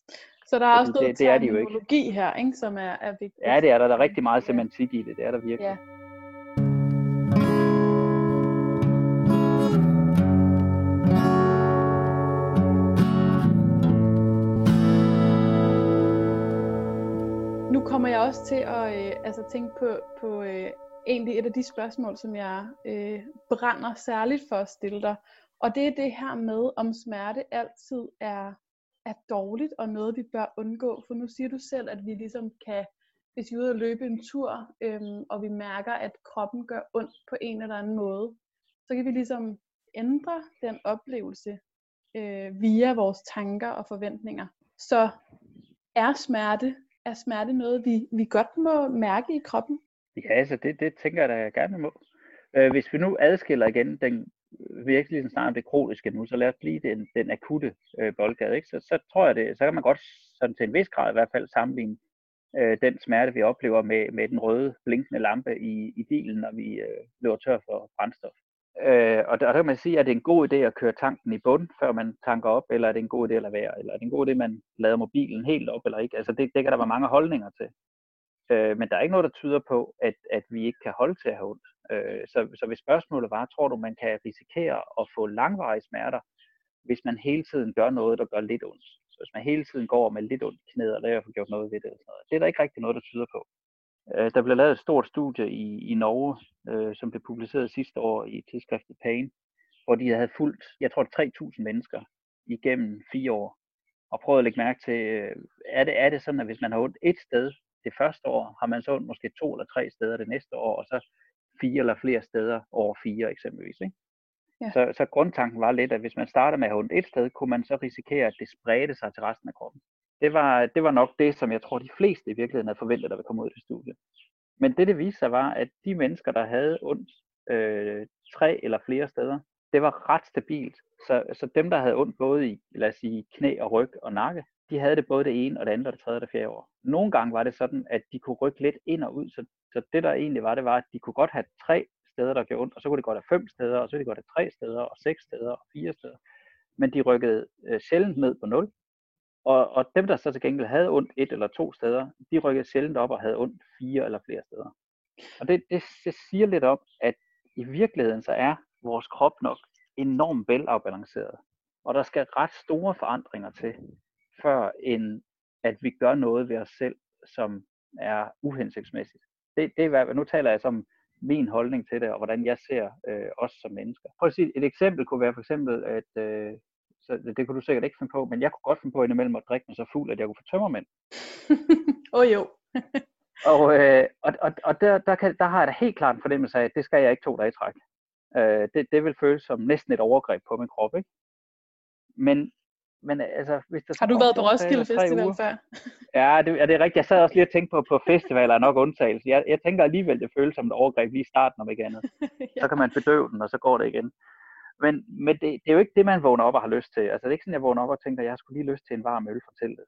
Så der er Fordi også noget det, det er de jo ikke. terminologi her, ikke, som er, er vigtigt. Ja, det er der. Der er rigtig meget semantik i det. Det er der virkelig. Ja. Nu kommer jeg også til at øh, altså tænke på, på øh, egentlig et af de spørgsmål, som jeg øh, brænder særligt for at stille dig. Og det er det her med, om smerte altid er, er dårligt og noget, vi bør undgå. For nu siger du selv, at vi ligesom kan, hvis vi er ude og løbe en tur, øh, og vi mærker, at kroppen gør ondt på en eller anden måde, så kan vi ligesom ændre den oplevelse øh, via vores tanker og forventninger. Så er smerte Er smerte noget, vi, vi godt må mærke i kroppen? Ja, altså det, det tænker jeg da jeg gerne må. Øh, hvis vi nu adskiller igen den virkelig snart det kroniske nu, så lad os blive den, den akutte øh, boldgade, ikke? Så, så tror jeg det, så kan man godt sådan til en vis grad i hvert fald sammenligne øh, den smerte, vi oplever med, med den røde blinkende lampe i, i bilen, når vi øh, løber tør for brændstof. Øh, og, der, og der kan man sige, at det er en god idé at køre tanken i bund, før man tanker op, eller er det en god idé at lade være, eller er det en god idé, at man lader mobilen helt op, eller ikke. Altså det, det kan der være mange holdninger til. Øh, men der er ikke noget, der tyder på, at, at vi ikke kan holde til at have ondt. Øh, så, så hvis spørgsmålet var, tror du, man kan risikere at få langvarige smerter, hvis man hele tiden gør noget, der gør lidt ondt? Så hvis man hele tiden går med lidt ondt i knæet, og lader få gjort noget ved det. Eller sådan noget. Det er der ikke rigtig noget, der tyder på. Der blev lavet et stort studie i, i Norge, øh, som blev publiceret sidste år i tidsskriftet Pain, hvor de havde fulgt, jeg tror tre tusind mennesker igennem fire år, og prøvet at lægge mærke til, er det, er det sådan, at hvis man har ondt et sted det første år, har man så ondt måske to eller tre steder det næste år, og så fire eller flere steder over fire eksempelvis. Ikke? Ja. Så, så grundtanken var lidt, at hvis man starter med at have ondt et sted, kunne man så risikere, at det spredte sig til resten af kroppen. Det var, det var nok det, som jeg tror, de fleste i virkeligheden havde forventet, der ville komme ud af det studie. Men det, det viste sig, var, at de mennesker, der havde ondt øh, tre eller flere steder, det var ret stabilt. Så, så dem, der havde ondt både i, lad os sige, knæ og ryg og nakke, de havde det både det ene og det andet og det tredje og det fjerde år. Nogle gange var det sådan, at de kunne rykke lidt ind og ud. Så, så det, der egentlig var, det var, at de kunne godt have tre steder, der gjorde ondt, og så kunne det godt have fem steder, og så kunne det godt have tre steder, og seks steder, og fire steder. Men de rykkede øh, sjældent ned på nul. Og, og dem, der så til gengæld havde ondt et eller to steder, de rykkede sjældent op og havde ondt fire eller flere steder. Og det, det, det siger lidt om, at i virkeligheden så er vores krop nok enormt velafbalanceret. Og der skal ret store forandringer til, før end at vi gør noget ved os selv, som er uhensigtsmæssigt. Det, det er, nu taler jeg som min holdning til det, og hvordan jeg ser øh, os som mennesker. Prøv at sige, et eksempel kunne være for eksempel, at øh, så det, det kunne du sikkert ikke finde på, men jeg kunne godt finde på indimellem at drikke mig så fuld, at jeg kunne få tømmermænd. Åh oh, jo. og øh, og, og, og der, der, kan, der har jeg da helt klart en fornemmelse af, at det skal jeg ikke to dage i træk. Øh, det, det vil føles som næsten et overgreb på min krop, ikke? Men, men altså, hvis der har du været på Roskilde Festival uger, før? ja, det, ja, det er rigtigt. Jeg sad også lige og tænkte på, på festivaler er nok undtagelse. Jeg, jeg tænker alligevel, det føles som et overgreb lige i starten, om ikke andet. ja. Så kan man bedøve den, og så går det igen. Men, men det, det er jo ikke det, man vågner op og har lyst til. Altså, det er ikke sådan, jeg vågner op og tænker, at jeg skulle lige lyst til en varm øl for teltet.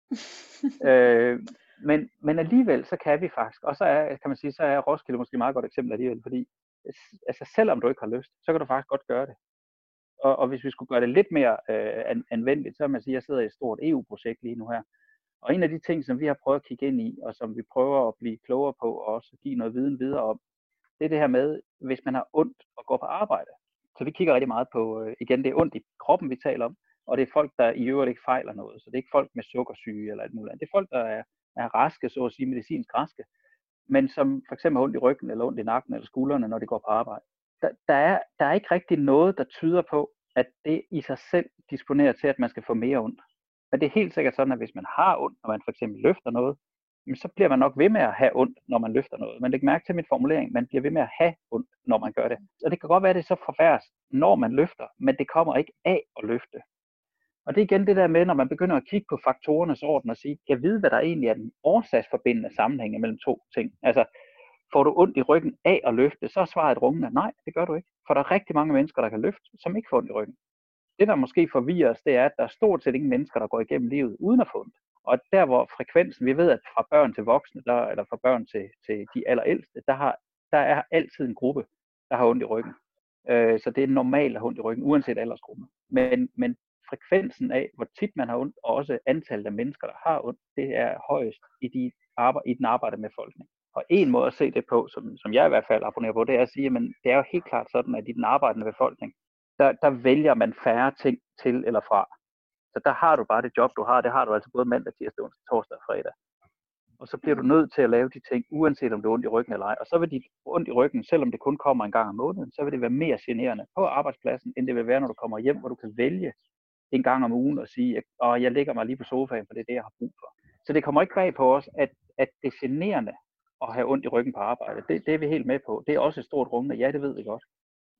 øh, men, men alligevel, så kan vi faktisk. Og så er, kan man sige, så er Roskilde måske et meget godt eksempel alligevel, fordi altså, selvom du ikke har lyst, så kan du faktisk godt gøre det. Og, og hvis vi skulle gøre det lidt mere øh, anvendeligt, så kan man sige, at jeg sidder i et stort E U-projekt lige nu her. Og en af de ting, som vi har prøvet at kigge ind i, og som vi prøver at blive klogere på, og også give noget viden videre om, det er det her med, hvis man har ondt og går på arbejde. Så vi kigger rigtig meget på, øh, igen, det er ondt i kroppen, vi taler om, og det er folk, der i øvrigt ikke fejler noget. Så det er ikke folk med sukkersyge eller alt muligt andet. Det er folk, der er, er raske, så at sige medicinsk raske, men som for eksempel har ondt i ryggen, eller ondt i nakken, eller skuldrene, når de går på arbejde. Der, der, er, der er ikke rigtig noget, der tyder på, at det i sig selv disponerer til, at man skal få mere ondt. Men det er helt sikkert sådan, at hvis man har ondt, når man for eksempel løfter noget, så bliver man nok ved med at have ondt, når man løfter noget. Men læg mærke til min formulering, man bliver ved med at have ondt, når man gør det. Og det kan godt være, at det så forværres, når man løfter, men det kommer ikke af at løfte. Og det er igen det der med, når man begynder at kigge på faktorernes orden og sige, jeg ved, hvad der egentlig er den årsagsforbindende sammenhæng mellem to ting. Altså, får du ondt i ryggen af at løfte, så er svaret rungende, nej, det gør du ikke. For der er rigtig mange mennesker, der kan løfte, som ikke får ondt i ryggen. Det, der måske forvirrer os, det er, at der er stort set ingen mennesker, der går igennem livet uden at få ondt. Og der, hvor frekvensen, vi ved, at fra børn til voksne, der, eller fra børn til, til de allerældste, der, har, der er altid en gruppe, der har ondt i ryggen. Øh, så det er normalt at have ondt i ryggen, uanset aldersgruppen. Men, men frekvensen af, hvor tit man har ondt, og også antallet af mennesker, der har ondt, det er højest i, de arbejde, i den arbejdende befolkning. Og en måde at se det på, som, som jeg i hvert fald abonnerer på, det er at sige, at det er jo helt klart sådan, at i den arbejdende befolkning, der, der vælger man færre ting til eller fra. Så der har du bare det job, du har. Det har du altså både mandag, tirsdag, onsdag, torsdag og fredag. Og så bliver du nødt til at lave de ting, uanset om du er ondt i ryggen eller ej. Og så vil dit ondt i ryggen, selvom det kun kommer en gang om måneden, så vil det være mere generende på arbejdspladsen, end det vil være, når du kommer hjem, hvor du kan vælge en gang om ugen og sige, at jeg lægger mig lige på sofaen, for det er det, jeg har brug for. Så det kommer ikke bag på os, at, at det er generende at have ondt i ryggen på arbejde. Det, det er vi helt med på. Det er også et stort rungende. Ja, det ved vi godt.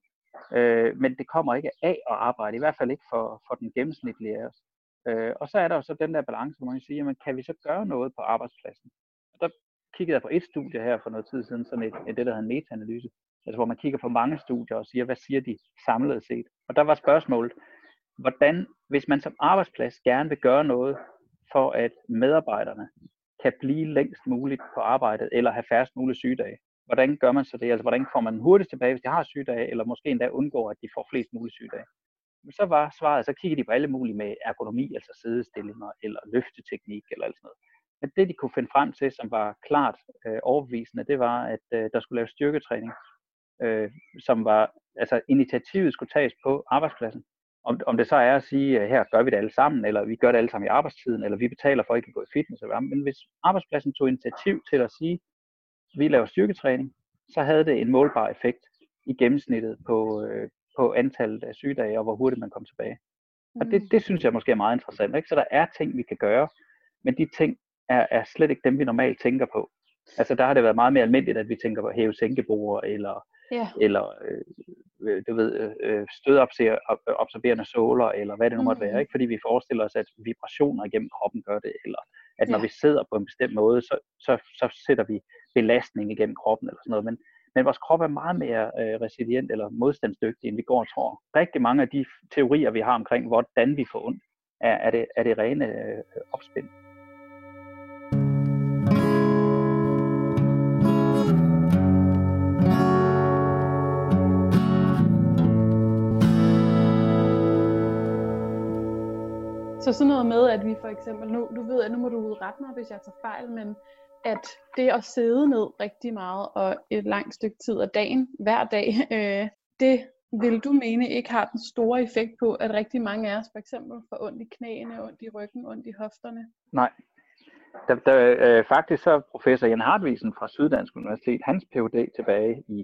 Øh, men det kommer ikke af at arbejde, i hvert fald ikke for, for den gennemsnitlige af os. Øh, og så er der jo så den der balance, hvor man kan sige, jamen, kan vi så gøre noget på arbejdspladsen? Og der kiggede jeg på et studie her for noget tid siden, sådan et, et det, der hedder en meta-analyse, altså hvor man kigger på mange studier og siger, hvad siger de samlet set? Og der var spørgsmålet, hvordan, hvis man som arbejdsplads gerne vil gøre noget for, at medarbejderne kan blive længst muligt på arbejdet, eller have færrest mulige sygedage, hvordan gør man så det? Altså, hvordan får man hurtigt tilbage, hvis de har sygedage, eller måske endda undgår, at de får flest mulige sygedage? Men så var svaret, så kiggede de på alle mulige med ergonomi, altså sidestillinger, eller løfteteknik, eller alt sådan noget. Men det, de kunne finde frem til, som var klart øh, overbevisende, det var, at øh, der skulle laves styrketræning, øh, som var, altså initiativet skulle tages på arbejdspladsen. Om, om det så er at sige, her gør vi det alle sammen, eller vi gør det alle sammen i arbejdstiden, eller vi betaler for ikke at gå i fitness, eller hvad. Men hvis arbejdspladsen tog initiativ til at sige, vi laver styrketræning, så havde det en målbar effekt i gennemsnittet på, øh, på antallet af sygedage, og hvor hurtigt man kommer tilbage. Mm. Og det, det synes jeg måske er meget interessant. Ikke? Så der er ting, vi kan gøre, men de ting er, er slet ikke dem, vi normalt tænker på. Altså der har det været meget mere almindeligt, at vi tænker på hæve-sænkebord, eller, yeah. eller øh, du ved, øh, stødobserverende såler, eller hvad det nu måtte mm. være. Ikke? Fordi vi forestiller os, at vibrationer igennem kroppen gør det, eller at når yeah. vi sidder på en bestemt måde, så, så, så sætter vi belastning igennem kroppen, eller sådan noget. Men, men vores krop er meget mere øh, resilient eller modstandsdygtig, end vi går og tror. Rigtig mange af de teorier, vi har omkring, hvordan vi får ondt, er, er, det, er det rene øh, opspind. Så sådan noget med, at vi for eksempel, nu, du ved, at nu må du rette mig, hvis jeg tager fejl, men at det at sidde ned rigtig meget og et langt stykke tid af dagen, hver dag, øh, det vil du mene ikke har den store effekt på, at rigtig mange af os for eksempel får ondt i knæene, ondt i ryggen, ondt i hofterne? Nej. Der, der, øh, faktisk så professor Jan Hartvigsen fra Syddansk Universitet, hans P H D tilbage i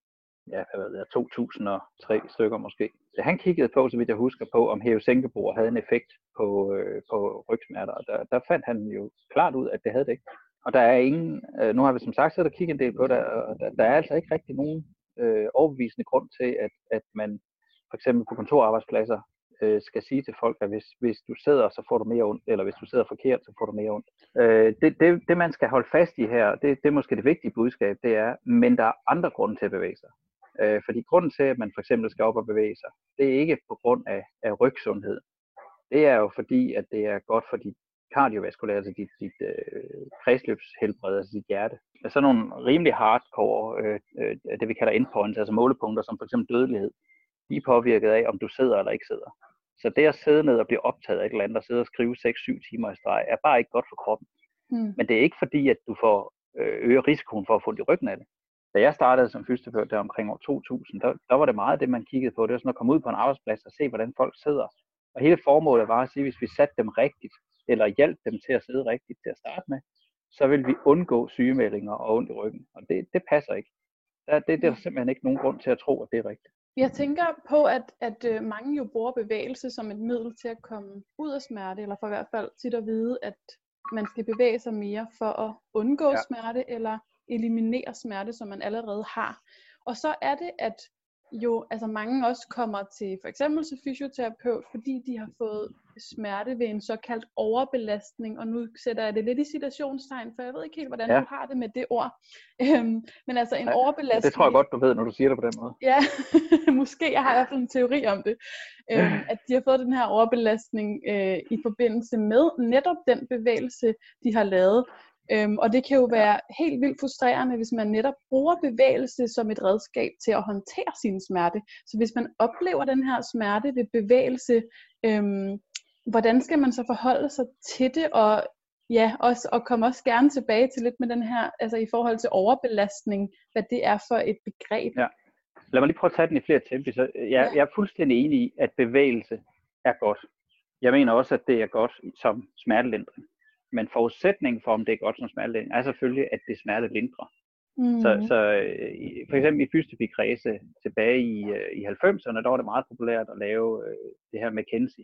ja, hvad ved jeg, to tusind og tre stykker måske. Han kiggede på, så vidt jeg husker på, om hæve-sænkebord havde en effekt på, øh, på rygsmerter. Og der, der fandt han jo klart ud, at det havde det ikke. Og der er ingen, øh, nu har vi som sagt siddet og kigget en del på det, og der, der er altså ikke rigtig nogen øh, overbevisende grund til, at, at man for eksempel på kontorarbejdspladser øh, skal sige til folk, at hvis, hvis du sidder, så får du mere ondt, eller hvis du sidder forkert, så får du mere ondt. Øh, det, det, det man skal holde fast i her, det, det er måske det vigtige budskab, det er, men der er andre grunde til at bevæge sig. Øh, fordi grunden til, at man for eksempel skal op og bevæge sig, det er ikke på grund af, af rygsundhed. Det er jo fordi, at det er godt for dit kardiovaskulære, altså dit, dit øh, kredsløbshelbred, altså dit hjerte. Der er sådan nogle rimelig hardcore, øh, øh, det vi kalder endpoints, altså målepunkter, som for eksempel dødelighed. De er påvirket af, om du sidder eller ikke sidder. Så det at sidde ned og blive optaget af et eller andet, og sidde og skrive seks syv timer i streg, er bare ikke godt for kroppen. Mm. Men det er ikke fordi, at du får øger risikoen for at få ondt i ryggen af det. Da jeg startede som fysioterapeut der omkring år to tusind, der, der var det meget det, man kiggede på. Det var sådan at komme ud på en arbejdsplads og se, hvordan folk sidder. Og hele formålet var at sige, at hvis vi satte dem rigtigt, eller hjalp dem til at sidde rigtigt til at starte med, så vil vi undgå sygemeldinger og ondt i ryggen. Og det, det passer ikke. Der, det, det er der simpelthen ikke nogen grund til at tro, at det er rigtigt. Jeg tænker på, at, at mange jo bruger bevægelse som et middel til at komme ud af smerte, eller for i hvert fald tit at vide, at man skal bevæge sig mere for at undgå ja. smerte, eller eliminere smerte, som man allerede har. Og så er det, at jo, altså mange også kommer til for eksempel til fysioterapeut, fordi de har fået smerte ved en såkaldt overbelastning, og nu sætter jeg det lidt i citationstegn, for jeg ved ikke helt, hvordan ja. du har det med det ord. Øhm, men altså en ja, overbelastning... Det tror jeg godt, du ved, når du siger det på den måde. Ja, måske. Jeg har i hvert fald en teori om det. Øhm, at de har fået den her overbelastning øh, i forbindelse med netop den bevægelse, de har lavet. Øhm, og det kan jo være ja. helt vildt frustrerende, hvis man netop bruger bevægelse som et redskab til at håndtere sin smerte. Så hvis man oplever den her smerte ved bevægelse, øhm, hvordan skal man så forholde sig til det? Og ja, også, og komme også gerne tilbage til lidt med den her, altså i forhold til overbelastning, hvad det er for et begreb. Ja. Lad mig lige prøve at tage den i flere tempi. Så jeg, ja. jeg er fuldstændig enig i, at bevægelse er godt. Jeg mener også, at det er godt som smertelindring. Men forudsætningen for, om det er godt som smertelindring, er selvfølgelig, at det smertelindrer. Mm. Så, så for eksempel i fysioterapikredse tilbage i, i halvfemserne, der var det meget populært at lave det her McKenzie.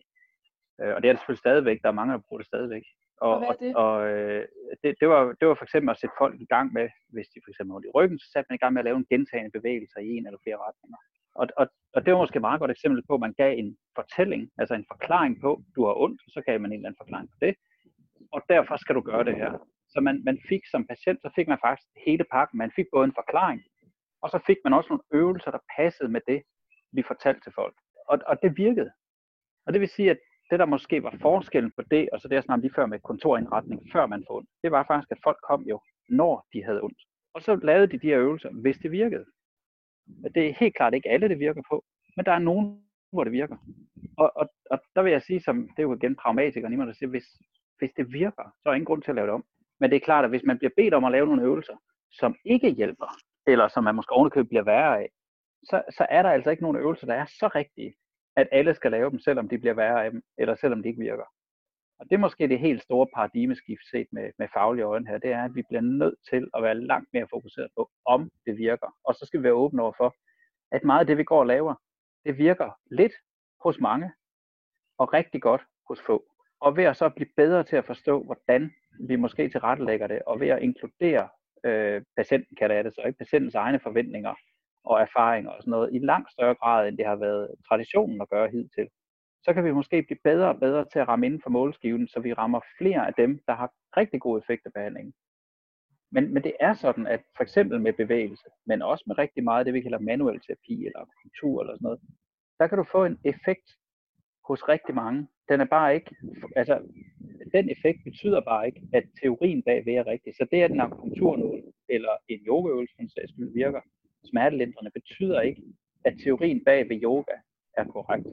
Og det er det selvfølgelig stadigvæk. Der er mange, der bruger det stadigvæk. Og, og hvad er det? Og, og det, det, var, det var for eksempel at sætte folk i gang med, hvis de for eksempel holdt i ryggen, så satte man i gang med at lave en gentagende bevægelse i en eller flere retninger. Og, og, og det var måske et meget godt eksempel på, at man gav en fortælling, altså en forklaring på, du har ondt, så gav man en eller anden forklaring på det. Og derfor skal du gøre det her. Så man, man fik som patient, så fik man faktisk hele pakken. Man fik både en forklaring, og så fik man også nogle øvelser, der passede med det, vi fortalte til folk. Og, og det virkede. Og det vil sige, at det der måske var forskellen på det, og så det jeg snakkede lige før med kontorindretning, før man får ondt, det var faktisk, at folk kom jo, når de havde ondt. Og så lavede de de her øvelser, hvis det virkede. Det er helt klart ikke alle, det virker på, men der er nogen, hvor det virker. Og, og, og der vil jeg sige, som det er jo igen pragmatikeren i mig, der siger, hvis Hvis det virker, så er der ingen grund til at lave det om. Men det er klart, at hvis man bliver bedt om at lave nogle øvelser, som ikke hjælper, eller som man måske ovenikøbet bliver værre af, så, så er der altså ikke nogen øvelser, der er så rigtige, at alle skal lave dem, selvom de bliver værre af dem, eller selvom de ikke virker. Og det er måske det helt store paradigmeskift set med, med faglige øjne her, det er, at vi bliver nødt til at være langt mere fokuseret på, om det virker. Og så skal vi være åbne over for, at meget af det, vi går og laver, det virker lidt hos mange, og rigtig godt hos få. Og ved at så blive bedre til at forstå, hvordan vi måske tilrettelægger det, og ved at inkludere øh, patienten, kan det, det så ikke patientens egne forventninger og erfaringer og sådan noget, i langt større grad, end det har været traditionen at gøre hidtil, så kan vi måske blive bedre og bedre til at ramme inden for målskiven, så vi rammer flere af dem, der har rigtig god effekt af behandlingen. Men, men det er sådan, at for eksempel med bevægelse, men også med rigtig meget af det, vi kalder manuel terapi eller akupunktur eller sådan noget, der kan du få en effekt hos rigtig mange. Den er bare ikke, altså den effekt betyder bare ikke, at teorien bagved er rigtig. Så det, at en akupunkturnål eller en yogaøvelse, for en sags skyld, virker smertelindrende, betyder ikke, at teorien bagved yoga er korrekt.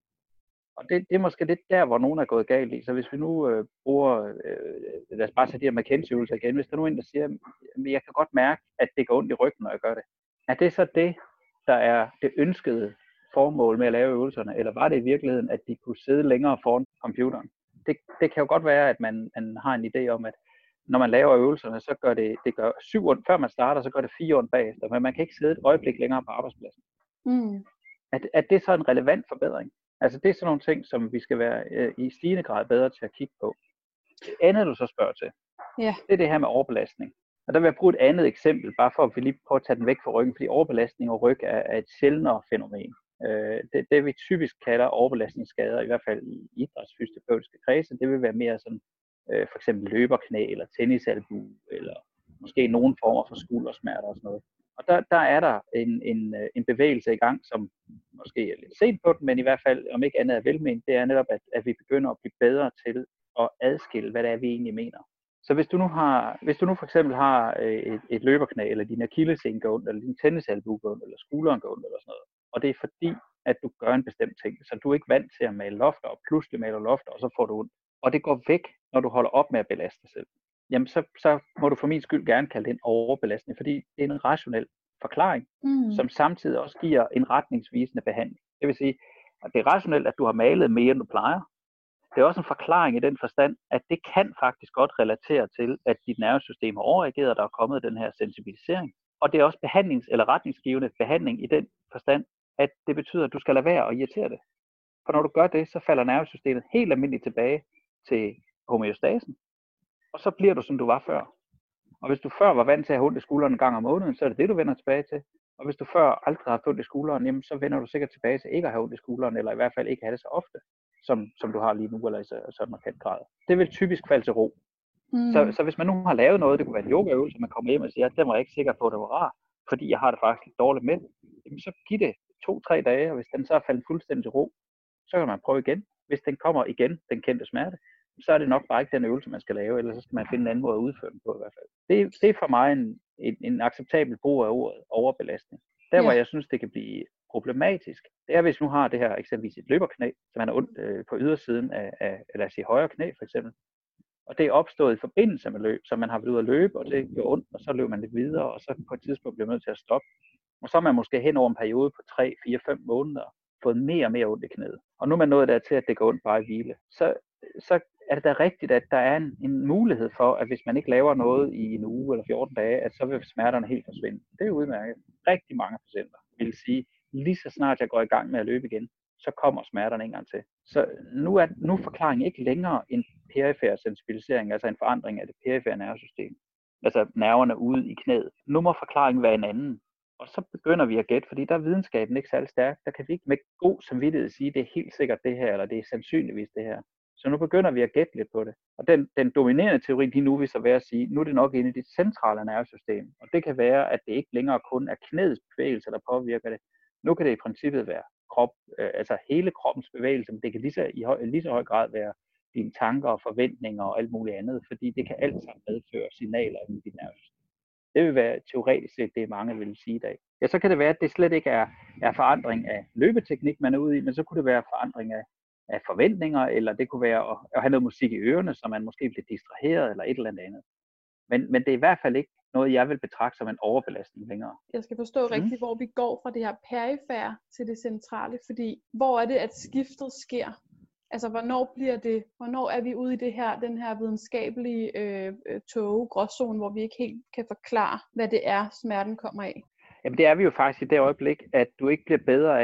Og det, det er måske lidt der, hvor nogen er gået galt i. Så hvis vi nu øh, bruger, øh, lad os bare tage de her McKenzie-øvelser igen, hvis der er nogen, der siger, at jeg kan godt mærke, at det går ondt i ryggen, når jeg gør det. Er det så det, der er det ønskede formål med at lave øvelserne, eller var det i virkeligheden, at de kunne sidde længere foran computeren? Det, det kan jo godt være, at man, man har en idé om, at når man laver øvelserne, så gør det, det gør syv ondt, før man starter, så gør det fire ondt bagefter, men man kan ikke sidde et øjeblik længere på arbejdspladsen. Mm. Er, er det så en relevant forbedring? Altså det er sådan nogle ting, som vi skal være øh, i stigende grad bedre til at kigge på. Det andet, du så spørger til, yeah. det er det her med overbelastning. Og der vil jeg bruge et andet eksempel, bare for at vi lige prøve at tage den væk fra ryggen, fordi overbelastning og ryg er, er et sjældnere fænomen. Øh, det, det vi typisk kalder overbelastningsskader, i hvert fald i idrætsfysioterapeutiske kredse, det vil være mere sådan øh, for eksempel løberknæ eller tennisalbu, eller måske nogen former for skuldersmerter og sådan noget. Og der, der er der en, en, en bevægelse i gang, som måske er lidt sent på den, men i hvert fald, om ikke andet er velment, det er netop, at, at vi begynder at blive bedre til at adskille, hvad det er, vi egentlig mener. Så hvis du nu har, hvis du nu for eksempel har et, et løberknæ, eller din akillescene går ondt, eller din tennisalbu går ondt, eller skulderen går ondt, eller sådan noget, og det er fordi, at du gør en bestemt ting, så du er ikke vant til at male lofter, og pludselig maler lofter, og så får du ondt. Og det går væk, når du holder op med at belaste dig selv. Jamen så, så må du for min skyld gerne kalde det en overbelastning, fordi det er en rationel forklaring, mm. som samtidig også giver en retningsvisende behandling. Det vil sige, at det er rationelt, at du har malet mere, end du plejer. Det er også en forklaring i den forstand, at det kan faktisk godt relatere til, at dit nervesystem har overreageret, og der er kommet den her sensibilisering. Og det er også behandlings- eller retningsgivende behandling i den forstand, at det betyder, at du skal lade være at irritere det. For når du gør det, så falder nervesystemet helt almindeligt tilbage til homeostasen, og så bliver du, som du var før. Og hvis du før var vant til at have ondt i skulderen en gang om måneden, så er det det, du vender tilbage til. Og hvis du før aldrig har haft ondt i skulderen, jamen, så vender du sikkert tilbage til ikke at have ondt i skulderen, eller i hvert fald ikke have det så ofte, som, som du har lige nu, eller i så, så markant grad. Det vil typisk falde til ro. Mm. Så, så hvis man nu har lavet noget, det kunne være en yogaøvelse, man kommer hjem og siger, at den var jeg ikke sikker på, at det var rar, fordi jeg har det faktisk lidt dårligt med, jamen, så giv det to-tre dage, og hvis den så er faldet fuldstændig til ro, så kan man prøve igen. Hvis den kommer igen, den kendte smerte, så er det nok bare ikke den øvelse, man skal lave, eller så skal man finde en anden måde at udføre den på i hvert fald. Det, det er for mig en, en, en acceptabel brug af ordet overbelastning. Der, hvor ja. jeg synes, det kan blive problematisk, det er, hvis nu har det her eksempelvis et løberknæ, som man har ondt øh, på ydersiden af, af, lad os sige, højre knæ for eksempel, og det er opstået i forbindelse med løb, så man har været ude at løbe, og det gør ondt, og så løber man lidt videre, og så på et tidspunkt bliver man nødt til at stoppe. Og så er man måske hen over en periode på tre, fire, fem måneder fået mere og mere ondt i knæet. Og nu er man nået dertil, at det går ondt bare i hvile. Så, så er det da rigtigt, at der er en, en mulighed for, at hvis man ikke laver noget i en uge eller fjorten dage, at så vil smerterne helt forsvinde. Det er udmærket. Rigtig mange patienter vil sige, lige så snart jeg går i gang med at løbe igen, så kommer smerterne en gang til. Så nu er, nu er forklaringen ikke længere en perifær sensibilisering, altså en forandring af det perifære nervesystem. Altså nerverne ude i knæet. Nu må forklaringen være en anden. Og så begynder vi at gætte, fordi der er videnskaben ikke særlig stærk. Der kan vi ikke med god samvittighed sige, det er helt sikkert det her, eller det er sandsynligvis det her. Så nu begynder vi at gætte lidt på det. Og den, den dominerende teori lige nu vil så være at sige, nu er det nok inde i dit centrale nervesystem. Og det kan være, at det ikke længere kun er knæets bevægelser, der påvirker det. Nu kan det i princippet være krop, øh, altså hele kroppens bevægelser, men det kan lige så, i høj, lige så høj grad være dine tanker og forventninger og alt muligt andet, fordi det kan alt sammen medføre signaler i dit nervesystem. Det vil være teoretisk set det, mange vil sige i dag. Ja, så kan det være, at det slet ikke er, er forandring af løbeteknik, man er ude i, men så kunne det være forandring af, af forventninger, eller det kunne være at, at have noget musik i ørerne, så man måske bliver distraheret, eller et eller andet. Men, men det er i hvert fald ikke noget, jeg vil betragte som en overbelastning længere. Jeg skal forstå mm. rigtigt, hvor vi går fra det her perifære til det centrale, fordi hvor er det, at skiftet sker? Altså, hvornår bliver det, hvornår er vi ude i det her, den her videnskabelige øh, tåge, gråzone, hvor vi ikke helt kan forklare, hvad det er, smerten kommer af? Jamen, det er vi jo faktisk i det øjeblik, at du ikke bliver bedre af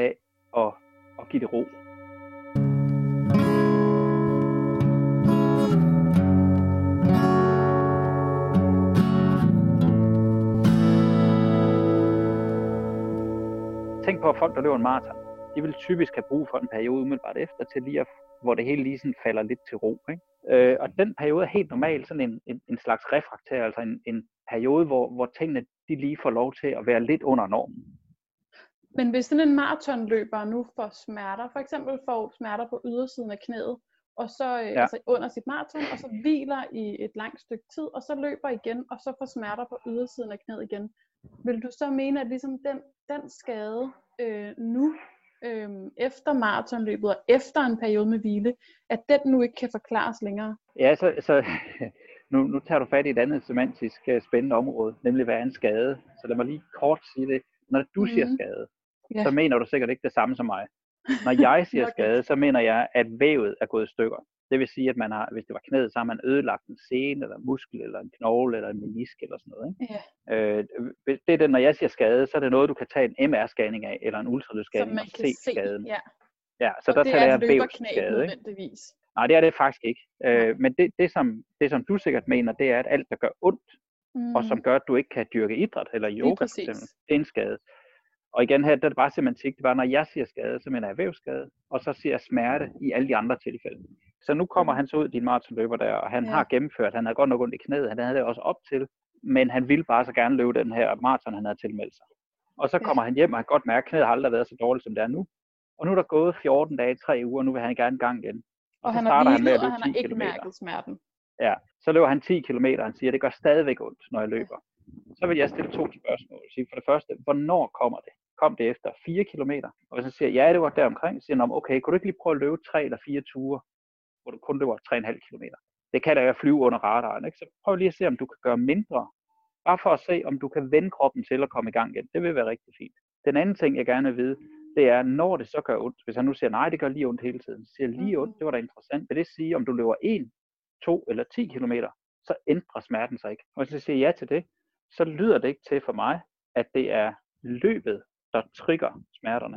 og, og give det ro. Tænk på, at folk, der løber en maraton, de vil typisk have brug for en periode umiddelbart efter, til lige at, hvor det hele lige sådan falder lidt til ro. Ikke? Øh, og den periode er helt normal, sådan en, en, en slags refraktær, altså en, en periode, hvor, hvor tingene de lige får lov til at være lidt under normen. Men hvis sådan en maratonløber nu får smerter, for eksempel får smerter på ydersiden af knæet, og så øh, ja. altså under sit maraton, og så hviler i et langt stykke tid, og så løber igen, og så får smerter på ydersiden af knæet igen, vil du så mene, at ligesom den, den skade øh, nu, øh, efter maratonløbet og efter en periode med hvile, at den nu ikke kan forklares længere? Ja, så, så nu, nu tager du fat i et andet semantisk spændende område, nemlig hvad er en skade. Så lad mig lige kort sige det. Når du siger mm. skade, yeah. så mener du sikkert ikke det samme som mig. Når jeg siger okay. skade, så mener jeg, at vævet er gået i stykker. Det vil sige, at man har, hvis det var knæet, så har man ødelagt en sene, eller en muskel, eller en knogle, eller en menisk, eller sådan noget. Ikke? Yeah. Øh, det er det, når jeg siger skade, så er det noget, du kan tage en M R-scanning af, eller en ultralydsscanning og se skaden. Ja. Ja, så og der taler jeg vævsskade. Ikke? Nej, det er det faktisk ikke. Øh, men det, det, som, det, som du sikkert mener, det er, at alt, der gør ondt, mm. og som gør, at du ikke kan dyrke idræt, eller yoga, for eksempel, det er en skade. Og igen her, det er bare semantik. Det var, når jeg siger skade, så mener jeg vævsskade, og så siger jeg smerte i alle de andre tilfælde. Så nu kommer han så ud, din maratonløber der, og han ja. har gennemført, han havde godt nok ondt i knæet, han havde det også op til, men han ville bare så gerne løbe den her maraton, han havde tilmeldt sig. Og så kommer ja. han hjem, og han kan godt mærke, at knæet har aldrig været så dårligt, som det er nu. Og nu er der gået fjorten dage, tre uger, og nu vil han gerne i gang igen. Og, og han har hvilet, og han har ikke mærket smerten. Ja, så løber han ti kilometer, og han siger, at det gør stadigvæk ondt, når jeg løber. Så vil jeg stille to spørgsmål. Sige for det første, hvornår kommer det? Kom det efter fire kilometer? Og hvis han siger, ja, det var deromkring, så siger han, okay, kunne du ikke lige prøve at løbe tre eller fire ture, hvor du kun løber tre komma fem kilometer? Det kan da jo flyve under radaren, ikke? Så prøv lige at se, om du kan gøre mindre. Bare for at se, om du kan vende kroppen til at komme i gang igen. Det vil være rigtig fint. Den anden ting, jeg gerne vil vide, det er, når det så gør ondt. Hvis han nu siger, nej, det gør lige ondt hele tiden. Så siger lige ondt, det var da interessant. Vil det sige, om du løber en, to eller ti kilometer, så ændrer smerten sig ikke. Og hvis jeg siger ja til det, så lyder det ikke til for mig, at det er løbet, der trigger smerterne.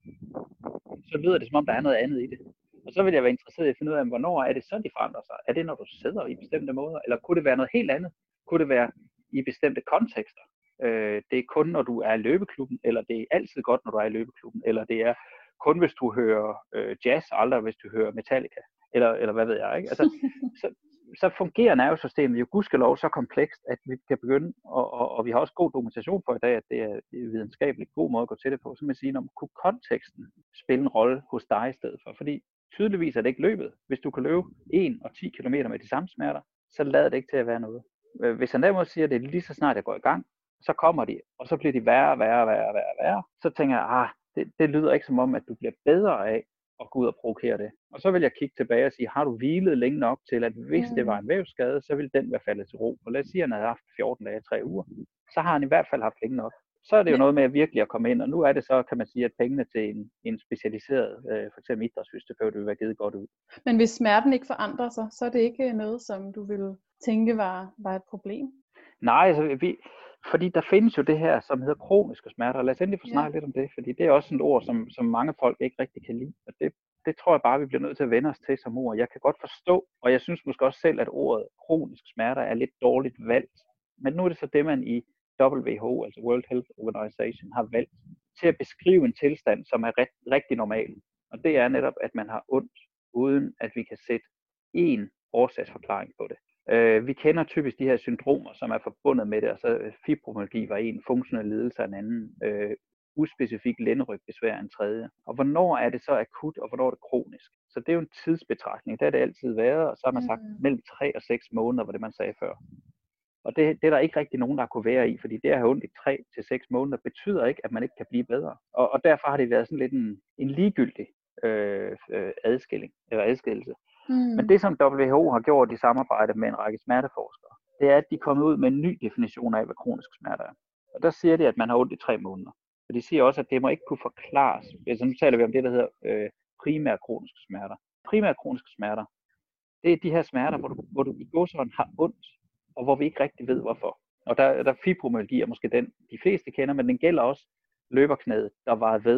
Så lyder det, som om der er noget andet i det. Og så vil jeg være interesseret i at finde ud af, hvornår er det så, de forandrer sig? Er det, når du sidder i bestemte måder? Eller kunne det være noget helt andet? Kunne det være i bestemte kontekster? Øh, det er kun, når du er i løbeklubben, eller det er altid godt, når du er i løbeklubben, eller det er kun, hvis du hører øh, jazz, aldrig hvis du hører Metallica, eller, eller hvad ved jeg, ikke? Altså, så, så fungerer nervesystemet jo gudskelov så komplekst, at vi kan begynde, og, og, og vi har også god dokumentation for i dag, at det er en videnskabeligt god måde at gå til det på, så man siger, om kunne konteksten spille en rolle hos dig i stedet for, fordi tydeligvis er det ikke løbet. Hvis du kan løbe en og ti kilometer med de samme smerter, så lader det ikke til at være noget. Hvis han derimod siger, at det er lige så snart jeg går i gang, så kommer de, og så bliver de værre, værre, værre, værre, værre. Så tænker jeg, ah, det, det lyder ikke som om, at du bliver bedre af at gå ud og provokere det. Og så vil jeg kigge tilbage og sige, har du hvilet længe nok til, at hvis mm. det var en vævsskade, så ville den være faldet til ro. Og lad os sige, at han havde haft fjorten dage, tre uger. Så har han i hvert fald haft længe nok. Så er det jo noget med at virkelig at komme ind, og nu er det så, kan man sige, at pengene til en, en specialiseret, øh, for eksempel idrætsfysioterapeut, vil være givet godt ud. Men hvis smerten ikke forandrer sig, så er det ikke noget, som du ville tænke var, var et problem? Nej, altså, vi, fordi der findes jo det her, som hedder kroniske smerter. Lad os endelig få snakket ja. lidt om det, fordi det er også et ord, som, som mange folk ikke rigtig kan lide. Og det, det tror jeg bare, vi bliver nødt til at vende os til som ord. Jeg kan godt forstå, og jeg synes måske også selv, at ordet kroniske smerter er lidt dårligt valgt. Men nu er det så det, man i W H O, altså World Health Organization, har valgt til at beskrive en tilstand, som er ret, rigtig normal. Og det er netop, at man har ondt, uden at vi kan sætte én årsagsforklaring på det. Uh, vi kender typisk de her syndromer, som er forbundet med det, altså fibromyalgi var en, funktionel lidelse er en anden, uh, uspecifik lænderyggbesvær en tredje. Og hvornår er det så akut, og hvornår er det kronisk? Så det er jo en tidsbetragtning, det har det altid været, og så har man sagt mm. mellem tre og seks måneder, var det man sagde før. Og det, det er der ikke rigtig nogen, der kunne være i, fordi det at have ondt i tre til seks måneder, betyder ikke, at man ikke kan blive bedre. Og, og derfor har det været sådan lidt en, en ligegyldig øh, øh, adskilling, eller adskillelse. Mm. Men det, som W H O har gjort i samarbejde med en række smerteforskere, det er, at de er kommet ud med en ny definition af, hvad kronisk smerte er. Og der siger de, at man har ondt i tre måneder. Og de siger også, at det må ikke kunne forklares. Altså nu taler vi om det, der hedder øh, primære kroniske smerter. Primære kroniske smerter, det er de her smerter, hvor du, hvor du i gåsehånd har ondt, og hvor vi ikke rigtig ved hvorfor. Og der, der fibromyalgi er måske den, de fleste kender, men den gælder også løberknædet, der var ved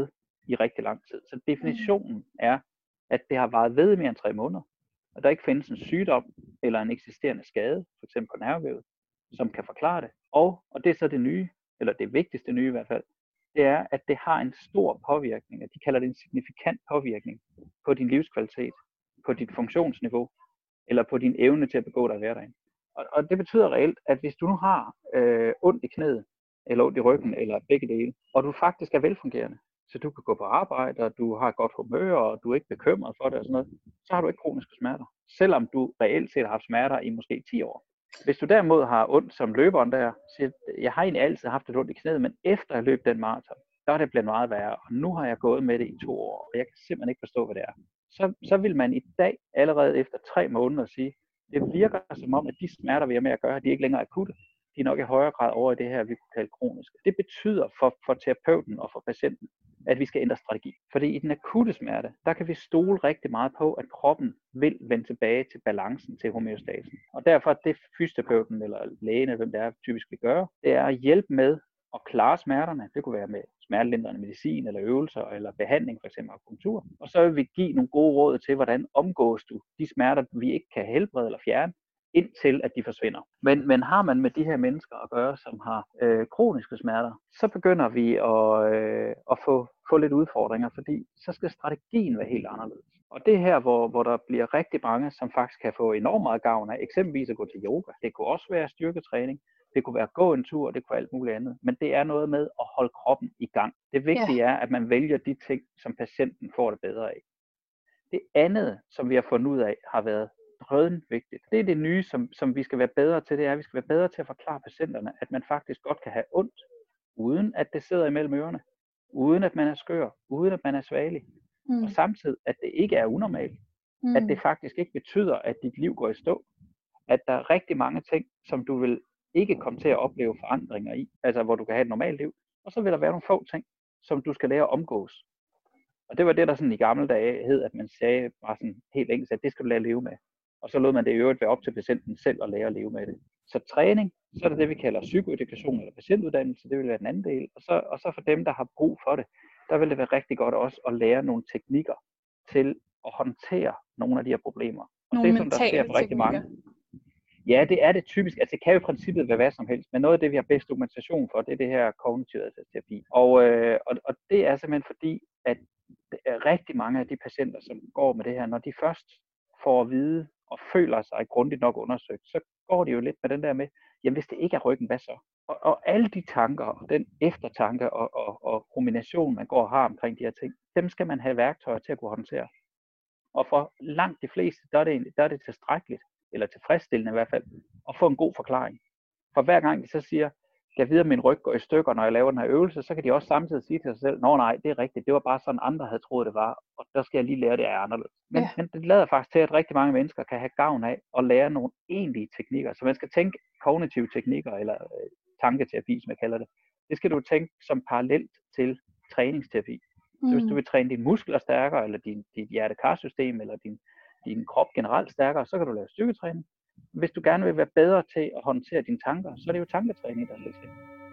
i rigtig lang tid. Så definitionen er, at det har varet ved mere end tre måneder, og der ikke findes en sygdom eller en eksisterende skade, f.eks. på nervevævet, som kan forklare det. Og, og det er så det nye, eller det vigtigste nye i hvert fald, det er, at det har en stor påvirkning, og de kalder det en signifikant påvirkning på din livskvalitet, på dit funktionsniveau, eller på din evne til at begå dig i hverdagen. Og, og det betyder reelt, at hvis du nu har øh, ondt i knæet, eller ondt i ryggen, eller begge dele, og du faktisk er velfungerende, så du kan gå på arbejde, og du har et godt humør, og du er ikke bekymret for det og sådan noget, så har du ikke kroniske smerter, selvom du reelt set har haft smerter i måske ti år. Hvis du derimod har ondt som løberen der, siger, jeg har egentlig altid haft et ondt i knæet, men efter jeg løb den maraton, der er det blevet meget værre, og nu har jeg gået med det i to år, og jeg kan simpelthen ikke forstå, hvad det er. Så, så vil man i dag, allerede efter tre måneder, sige, det virker som om, at de smerter, vi har med at gøre, de er ikke længere akutte. De er nok i højere grad over i det her, vi kunne kalde kroniske. Det betyder for, for terapeuten og for patienten, at vi skal ændre strategi. Fordi i den akutte smerte, der kan vi stole rigtig meget på, at kroppen vil vende tilbage til balancen, til homeostasen. Og derfor er det fysioterapeuten eller lægen, hvem det er, typisk vil gøre, det er at hjælpe med at klare smerterne. Det kunne være med smertelindrende medicin eller øvelser eller behandling, f.eks. akupunktur. Og så vil vi give nogle gode råd til, hvordan omgås du de smerter, vi ikke kan helbrede eller fjerne, indtil at de forsvinder. Men, men har man med de her mennesker at gøre, som har øh, kroniske smerter, så begynder vi at, øh, at få, få lidt udfordringer, fordi så skal strategien være helt anderledes. Og det her, hvor, hvor der bliver rigtig mange, som faktisk kan få enormt meget gavn af, eksempelvis at gå til yoga. Det kunne også være styrketræning, det kunne være at gå en tur, det kunne være alt muligt andet. Men det er noget med at holde kroppen i gang. Det vigtige ja. er, at man vælger de ting, som patienten får det bedre af. Det andet, som vi har fundet ud af, har været drøden vigtigt. Det er det nye, som, som vi skal være bedre til, det er, at vi skal være bedre til at forklare patienterne, at man faktisk godt kan have ondt, uden at det sidder imellem ørerne, uden at man er skør, uden at man er svagelig, mm. og samtidig, at det ikke er unormalt, mm. at det faktisk ikke betyder, at dit liv går i stå, at der er rigtig mange ting, som du vil ikke komme til at opleve forandringer i, altså hvor du kan have et normalt liv, og så vil der være nogle få ting, som du skal lære at omgås. Og det var det, der sådan i gamle dage hed, at man sagde bare sådan helt enkelt, at det skal du lære at leve med. Og så lod man det i øvrigt være op til patienten selv at lære at leve med det. Så træning, så er det det, vi kalder psykoedukation eller patientuddannelse, det vil være den anden del. Og så, og så for dem, der har brug for det, der vil det være rigtig godt også at lære nogle teknikker til at håndtere nogle af de her problemer. Og nogle det, som der sker for rigtig teknikker. mange. Ja, det er det typisk. Altså det kan jo i princippet være hvad som helst, men noget af det, vi har bedst dokumentation for, det er det her kognitiv adfærdsterapi. Og, øh, og, og det er simpelthen fordi, at det er rigtig mange af de patienter, som går med det her, når de først får at vide og føler sig grundigt nok undersøgt, så går de jo lidt med den der med, jamen hvis det ikke er ryggen, hvad så? Og, og alle de tanker, og den eftertanke og, og, og rumination, man går og har omkring de her ting, dem skal man have værktøjer til at kunne håndtere. Og for langt de fleste, der er det, der er det tilstrækkeligt, eller tilfredsstillende i hvert fald, at få en god forklaring. For hver gang de så siger, jeg ved, at min ryg går i stykker, når jeg laver den her øvelse, så kan de også samtidig sige til sig selv, nå nej, det er rigtigt, det var bare sådan, andre havde troet, det var, og der skal jeg lige lære, det er anderledes. Men, ja. men det lader faktisk til, at rigtig mange mennesker kan have gavn af at lære nogle egentlige teknikker. Så man skal tænke kognitive teknikker, eller øh, tanketerapi, som jeg kalder det. Det skal du tænke som parallelt til træningsterapi. Mm. Så hvis du vil træne dine muskler stærkere, eller din, dit hjerte-karsystem, eller din, din krop generelt stærkere, så kan du lave styrketræning. Hvis du gerne vil være bedre til at håndtere dine tanker, så er det jo tanketræning, der skal til.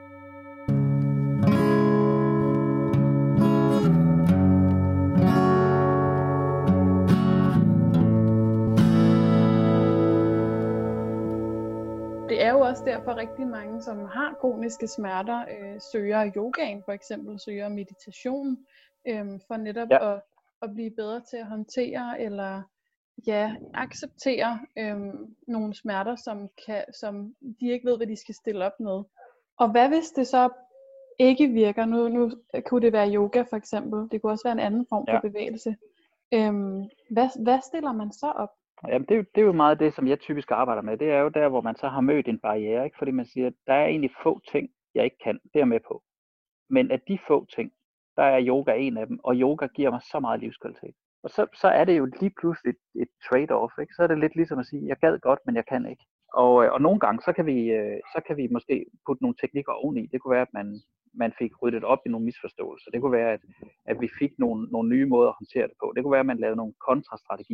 Det er jo også derfor rigtig mange, som har kroniske smerter, øh, søger yogaen for eksempel, søger meditation, øh, for netop ja. at, at blive bedre til at håndtere eller ja, acceptere øhm, nogle smerter, som, kan, som de ikke ved, hvad de skal stille op med. Og hvad hvis det så ikke virker? Nu, nu kunne det være yoga for eksempel. Det kunne også være en anden form for ja. bevægelse. Øhm, hvad, hvad stiller man så op? Jamen, det, er jo, det er jo meget det, som jeg typisk arbejder med. Det er jo der, hvor man så har mødt en barriere. Ikke? Fordi man siger, at der er egentlig få ting, jeg ikke kan. Det er jeg med på. Men af de få ting, der er yoga en af dem. Og yoga giver mig så meget livskvalitet. Og så, så er det jo lige pludselig et, et trade-off, ikke? Så er det lidt ligesom at sige, jeg gad godt, men jeg kan ikke. Og, og nogle gange, så kan, vi, så kan vi måske putte nogle teknikker oveni. Det kunne være, at man, man fik ryddet op i nogle misforståelser. Det kunne være, at, at vi fik nogle, nogle nye måder at håndtere det på. Det kunne være, at man lavede nogle kontrastrategier.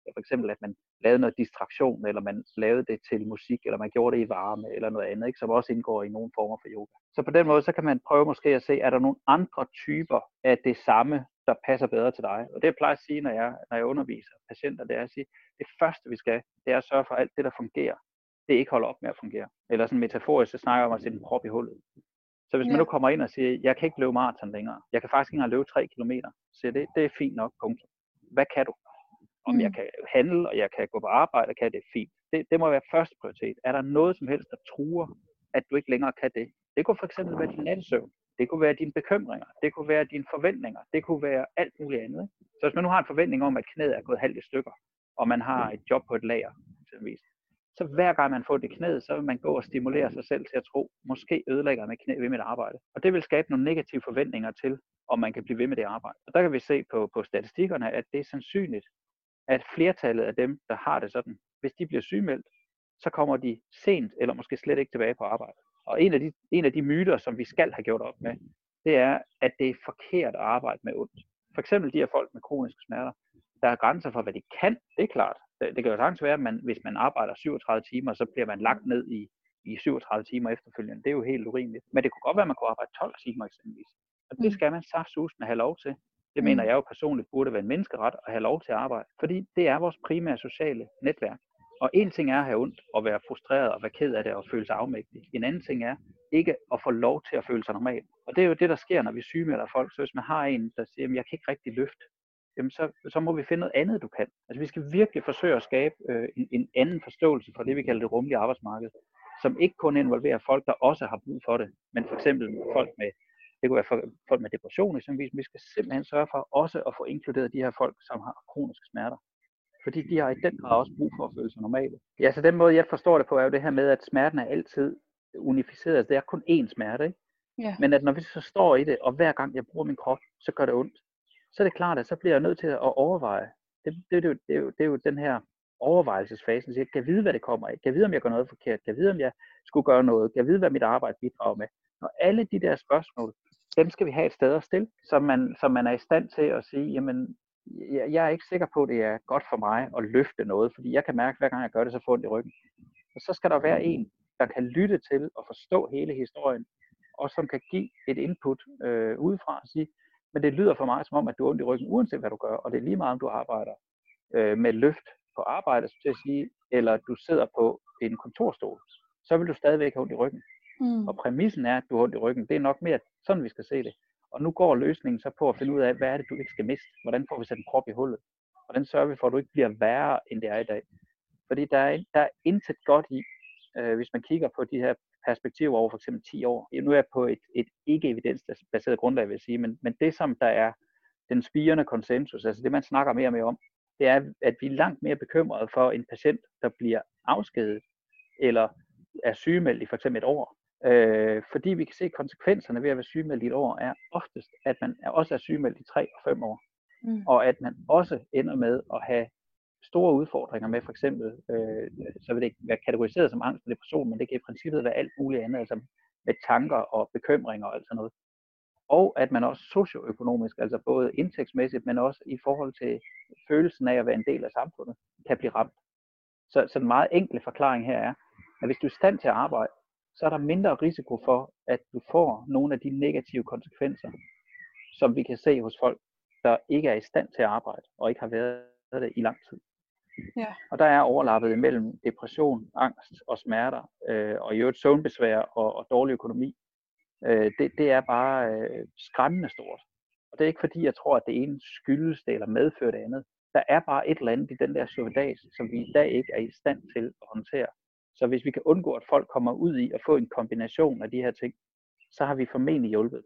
For eksempel, at man lavede noget distraktion, eller man lavede det til musik, eller man gjorde det i varme, eller noget andet, ikke? Som også indgår i nogle former for yoga. Så på den måde, så kan man prøve måske at se, er der nogle andre typer af det samme, der passer bedre til dig. Og det jeg plejer at sige, når jeg, når jeg underviser patienter, det er at sige, det første vi skal, det er at sørge for at alt det, der fungerer, det ikke holder op med at fungere. Eller sådan metaforisk, så snakker jeg om at sætte en prop i hullet. Så hvis ja. man nu kommer ind og siger, jeg kan ikke løbe maraton længere, jeg kan faktisk ikke engang løbe tre kilometer, så det, det er fint nok, punktum. Hvad kan du? Om mm. jeg kan handle, og jeg kan gå på arbejde, kan det fint. Det, det må være første prioritet. Er der noget som helst, der truer, at du ikke længere kan det? Det kunne for eksempel være din nattesøvn. Det kunne være dine bekymringer. Det kunne være dine forventninger. Det kunne være alt muligt andet. Ikke? Så hvis man nu har en forventning om, at knæet er gået halvt i stykker, og man har et job på et lager, eksempelvis, så hver gang man får det i knæet, så vil man gå og stimulere sig selv til at tro, måske ødelægger jeg med knæ ved mit arbejde. Og det vil skabe nogle negative forventninger til, om man kan blive ved med det arbejde. Og der kan vi se på, på statistikkerne, at det er sandsynligt, at flertallet af dem, der har det sådan, hvis de bliver sygemeldt, så kommer de sent eller måske slet ikke tilbage på arbejde. Og en af de, en af de myter, som vi skal have gjort op med, det er, at det er forkert at arbejde med ondt. For eksempel de her folk med kroniske smerter, der er grænser for, hvad de kan, det er klart. Det, det kan jo sagtens være, at man, hvis man arbejder syvogtredive timer, så bliver man lagt ned i, i syvogtredive timer efterfølgende. Det er jo helt urimeligt. Men det kunne godt være, at man kunne arbejde tolv timer eksempelvis. Og det skal man saftsusende have lov til. Det mener jeg jo personligt burde være en menneskeret at have lov til at arbejde. Fordi det er vores primære sociale netværk. Og en ting er at have ondt og være frustreret og være ked af det og føle sig afmægtig. En anden ting er ikke at få lov til at føle sig normal. Og det er jo det, der sker, når vi sygemelder folk. Så hvis man har en, der siger, at jeg kan ikke rigtig løfte, jamen så, så må vi finde noget andet, du kan. Altså vi skal virkelig forsøge at skabe øh, en, en anden forståelse for det, vi kalder det rummelige arbejdsmarked, som ikke kun involverer folk, der også har brug for det, men for eksempel folk med, det kunne være folk med depression eksempelvis. Vi skal simpelthen sørge for også at få inkluderet de her folk, som har kroniske smerter. Fordi de har i den grad også brug for at føle sig normale. Ja, så den måde, jeg forstår det på, er jo det her med, at smerten er altid unificeret. Det er kun én smerte, ikke? Ja. Men at når vi så står i det, og hver gang jeg bruger min krop, så gør det ondt. Så er det klart, at så bliver jeg nødt til at overveje. Det, det, det, det, er, jo, det er jo den her overvejelsesfase. Jeg kan vide, hvad det kommer af. Jeg kan vide, om jeg gør noget forkert. Jeg kan vide, om jeg skulle gøre noget. Jeg kan vide, hvad mit arbejde bidrager med. Og alle de der spørgsmål, dem skal vi have et sted at stille, så man, så man er i stand til at sige, jamen, jeg, jeg er ikke sikker på, at det er godt for mig at løfte noget, fordi jeg kan mærke, at hver gang jeg gør det, så får jeg ondt i ryggen. Og så skal der være en, der kan lytte til og forstå hele historien, og som kan give et input øh, udefra og sige, men det lyder for mig som om, at du har ondt i ryggen, uanset hvad du gør, og det er lige meget, om du arbejder øh, med løft på arbejde, til at sige, eller du sidder på en kontorstol, så vil du stadigvæk have ondt i ryggen. Mm. Og præmissen er, at du har ondt i ryggen. Det er nok mere sådan, vi skal se det. Og nu går løsningen så på at finde ud af, hvad er det, du ikke skal miste? Hvordan får vi sat en prop i hullet? Hvordan sørger vi for, at du ikke bliver værre, end det er i dag? Fordi der er, der er intet godt i, øh, hvis man kigger på de her perspektiver over for eksempel ti år. Nu er jeg på et, et ikke-evidensbaseret grundlag, vil jeg sige, men, men det som der er den spirende konsensus, altså det man snakker mere og mere om, det er, at vi er langt mere bekymrede for en patient, der bliver afskediget, eller er sygemeldt i for eksempel et år. Øh, fordi vi kan se, at konsekvenserne ved at være sygemeldt i et år er oftest, at man også er sygemeldt i tre og fem år. Mm. Og at man også ender med at have store udfordringer med for eksempel, øh, så vil det ikke være kategoriseret som angst og depression, men det kan i princippet være alt muligt andet, altså med tanker og bekymringer og alt sådan noget. Og at man også socioøkonomisk, altså både indtægtsmæssigt, men også i forhold til følelsen af at være en del af samfundet, kan blive ramt. Så, så den meget enkle forklaring her er, at hvis du er i stand til at arbejde, så er der mindre risiko for, at du får nogle af de negative konsekvenser, som vi kan se hos folk, der ikke er i stand til at arbejde, og ikke har været det i lang tid. Ja. Og der er overlappet imellem depression, angst og smerter, øh, og i øvrigt søvnbesvær og, og dårlig økonomi. Øh, det, det er bare øh, skræmmende stort. Og det er ikke fordi, jeg tror, at det ene skyldes det eller medfører det andet. Der er bare et eller andet i den der surveillance, som vi i dag ikke er i stand til at håndtere. Så hvis vi kan undgå, at folk kommer ud i at få en kombination af de her ting, så har vi formentlig hjulpet.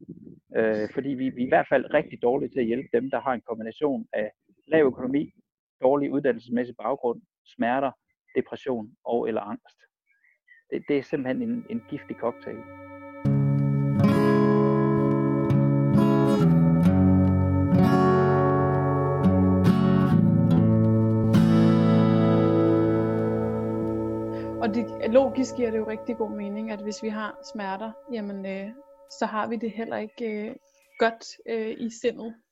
Øh, fordi vi, vi er i hvert fald rigtig dårlige til at hjælpe dem, der har en kombination af lav økonomi, dårlig uddannelsesmæssig baggrund, smerter, depression og eller angst. Det, det er simpelthen en, en giftig cocktail. Og det, logisk giver det jo rigtig god mening, at hvis vi har smerter, jamen øh, så har vi det heller ikke øh, godt øh, i sindet.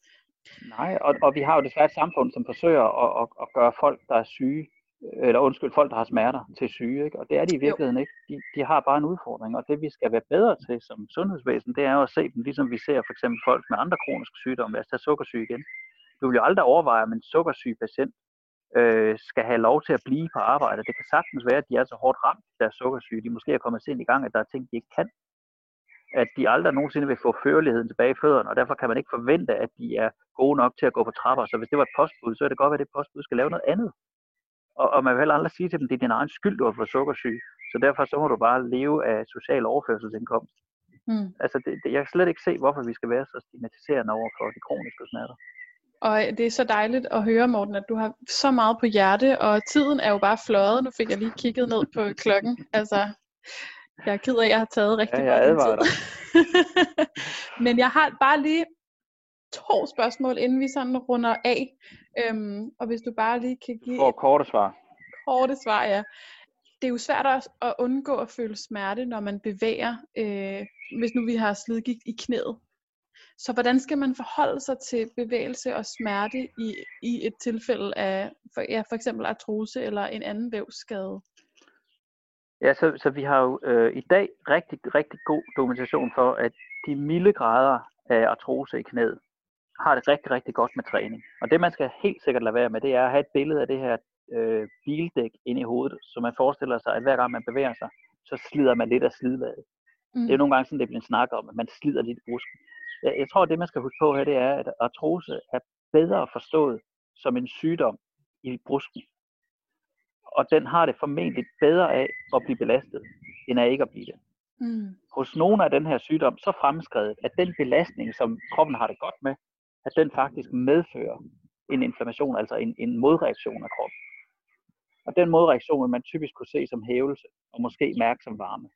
Nej, og, og vi har jo desværre et samfund, som forsøger at, at, at gøre folk, der er syge, eller undskyld, folk, der har smerter, til syge, ikke? Og det er de i virkeligheden ikke. De, de har bare en udfordring, og det vi skal være bedre til som sundhedsvæsen, det er jo at se dem, ligesom vi ser for eksempel folk med andre kroniske sygdomme. Lad os tage sukkersyge igen. Du vil jo aldrig overveje, om en sukkersyg patient øh, skal have lov til at blive på arbejde. Det kan sagtens være, at de er så hårdt ramt, der er sukkersyge. De måske er kommet sent i gang, at der er ting, de ikke kan. At de aldrig nogensinde vil få førligheden tilbage i fødderne, og derfor kan man ikke forvente, at de er gode nok til at gå på trapper. Så hvis det var et postbud, så er det godt, at det postbud skal lave noget andet. Og, og man vil heller aldrig sige til dem, det er din egen skyld, du har fået sukkersyge. Så derfor så må du bare leve af social overførselsindkomst. Mm. Altså, det, det, jeg kan slet ikke se, hvorfor vi skal være så stigmatiserende over for de kroniske smerter. Og det er så dejligt at høre, Morten, at du har så meget på hjerte, og tiden er jo bare fløjet. Nu fik jeg lige kigget ned på klokken. Altså, jeg er ked af, at jeg har taget rigtig ja, meget tid. Dig. Men jeg har bare lige to spørgsmål, inden vi sådan runder af. Øhm, og hvis du bare lige kan give... For korte svar. Korte svar, ja. Det er jo svært at, at undgå at føle smerte, når man bevæger, øh, hvis nu vi har slidgigt i knæet. Så hvordan skal man forholde sig til bevægelse og smerte i, i et tilfælde af for, ja, for eksempel artrose eller en anden vævsskade? Ja, så, så vi har jo øh, i dag rigtig, rigtig god dokumentation for, at de milde grader af artrose i knæet har det rigtig, rigtig godt med træning. Og det man skal helt sikkert lade være med, det er at have et billede af det her øh, bildæk inde i hovedet, så man forestiller sig, at hver gang man bevæger sig, så slider man lidt af slidlaget. Mm. Det er jo nogle gange sådan, det bliver snakket om, at man slider lidt i brusken. Jeg, jeg tror, at det man skal huske på her, det er, at artrose er bedre forstået som en sygdom i brusken. Og den har det formentlig bedre af at blive belastet, end af ikke at blive det. Mm. Hos nogle af den her sygdom, så fremskredet, at den belastning, som kroppen har det godt med, at den faktisk medfører en inflammation, altså en, en modreaktion af kroppen. Og den modreaktion vil man typisk kunne se som hævelse, og måske mærke som varme.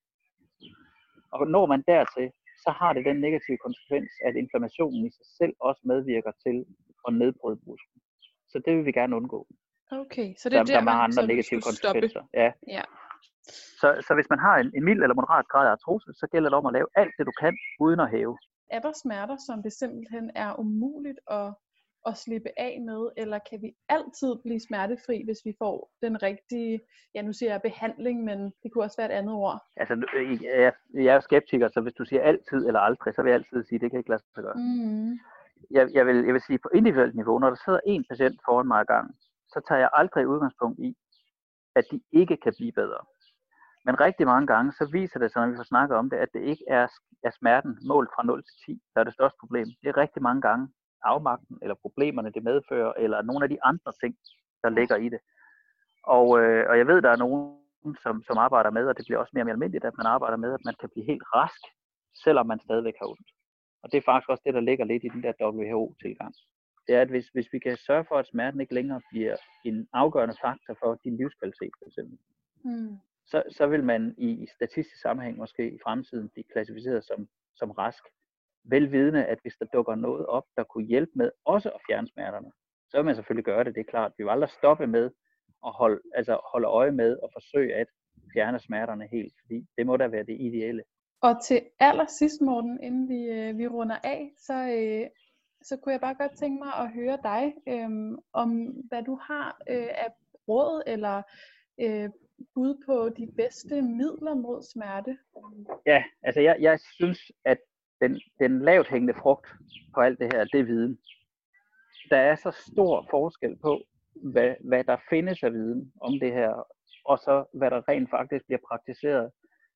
Og når man dertil, så har det den negative konsekvens, at inflammationen i sig selv også medvirker til at nedbryde brusken. Så det vil vi gerne undgå. Okay, så det er der, der, der man andre negative konsekvenser. Ja. Ja. Så, så hvis man har en, en mild eller moderat grad af artrose, så gælder det om at lave alt det, du kan, uden at hæve. Er der smerter, som det simpelthen er umuligt at, at slippe af med, eller kan vi altid blive smertefri, hvis vi får den rigtige, ja nu siger jeg behandling, men det kunne også være et andet ord? Altså, jeg, jeg er skeptiker, så hvis du siger altid eller aldrig, så vil jeg altid sige, at det kan ikke lade sig gøre. Mm. Jeg, jeg, vil, jeg vil sige, på individuelt niveau, når der sidder en patient foran mig ad gangen, så tager jeg aldrig udgangspunkt i, at de ikke kan blive bedre. Men rigtig mange gange, så viser det sig, når vi får snakket om det, at det ikke er, er smerten målt fra nul til ti, der er det største problem. Det er rigtig mange gange afmagten, eller problemerne, det medfører, eller nogle af de andre ting, der ligger i det. Og, øh, og jeg ved, der er nogen, som, som arbejder med, og det bliver også mere og mere almindeligt, at man arbejder med, at man kan blive helt rask, selvom man stadigvæk har ondt. Og det er faktisk også det, der ligger lidt i den der W H O-tilgang. Det er, at hvis, hvis vi kan sørge for, at smerten ikke længere bliver en afgørende faktor for din livskvalitet, for eksempel, mm. så, så vil man i, i statistisk sammenhæng måske i fremtiden blive klassificeret som, som rask. Velvidende, at hvis der dukker noget op, der kunne hjælpe med også at fjerne smerterne, så vil man selvfølgelig gøre det, det er klart. Vi vil aldrig stoppe med at holde, altså holde øje med og forsøge at fjerne smerterne helt, fordi det må da være det ideelle. Og til allersidst, Morten, inden vi, øh, vi runder af, så, øh, så kunne jeg bare godt tænke mig at høre dig, øh, om hvad du har øh, af råd eller øh, bud på de bedste midler mod smerte. Ja, altså jeg, jeg synes, at den, den lavt hængende frugt på alt det her, det er viden. Der er så stor forskel på, hvad, hvad der findes af viden om det her, og så hvad der rent faktisk bliver praktiseret,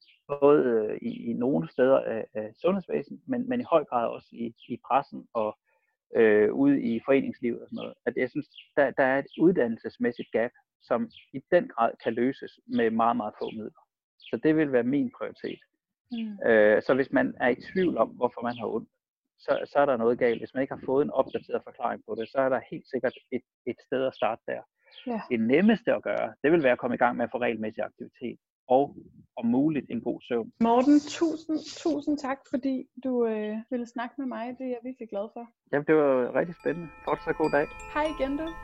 både i, i nogle steder af, af sundhedsvæsenet, men, men i høj grad også i, i pressen og øh, ude i foreningslivet og sådan noget. At jeg synes, der, der er et uddannelsesmæssigt gap, som i den grad kan løses med meget, meget få midler. Så det vil være min prioritet. Mm. Øh, så hvis man er i tvivl om, hvorfor man har ondt, så, så er der noget galt. Hvis man ikke har fået en opdateret forklaring på det, så er der helt sikkert et, et sted at starte der. Ja. Det nemmeste at gøre, det vil være at komme i gang med at få regelmæssig aktivitet. Og om muligt en god søvn. Morten, tusind, tusind tak, fordi du øh, ville snakke med mig. Det er jeg virkelig glad for. Jamen, det var rigtig spændende. Fortsat god dag. Hej igen, du.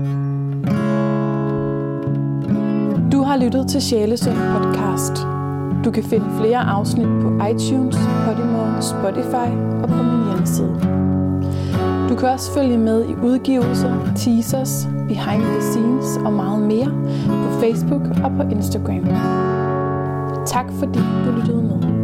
Du har lyttet til Sjælesund podcast. Du kan finde flere afsnit på iTunes, Podimo, Spotify og på min hjemmeside. Du kan også følge med i udgivelser, teasers, behind the scenes og meget mere på Facebook og på Instagram. Tak fordi du lyttede med.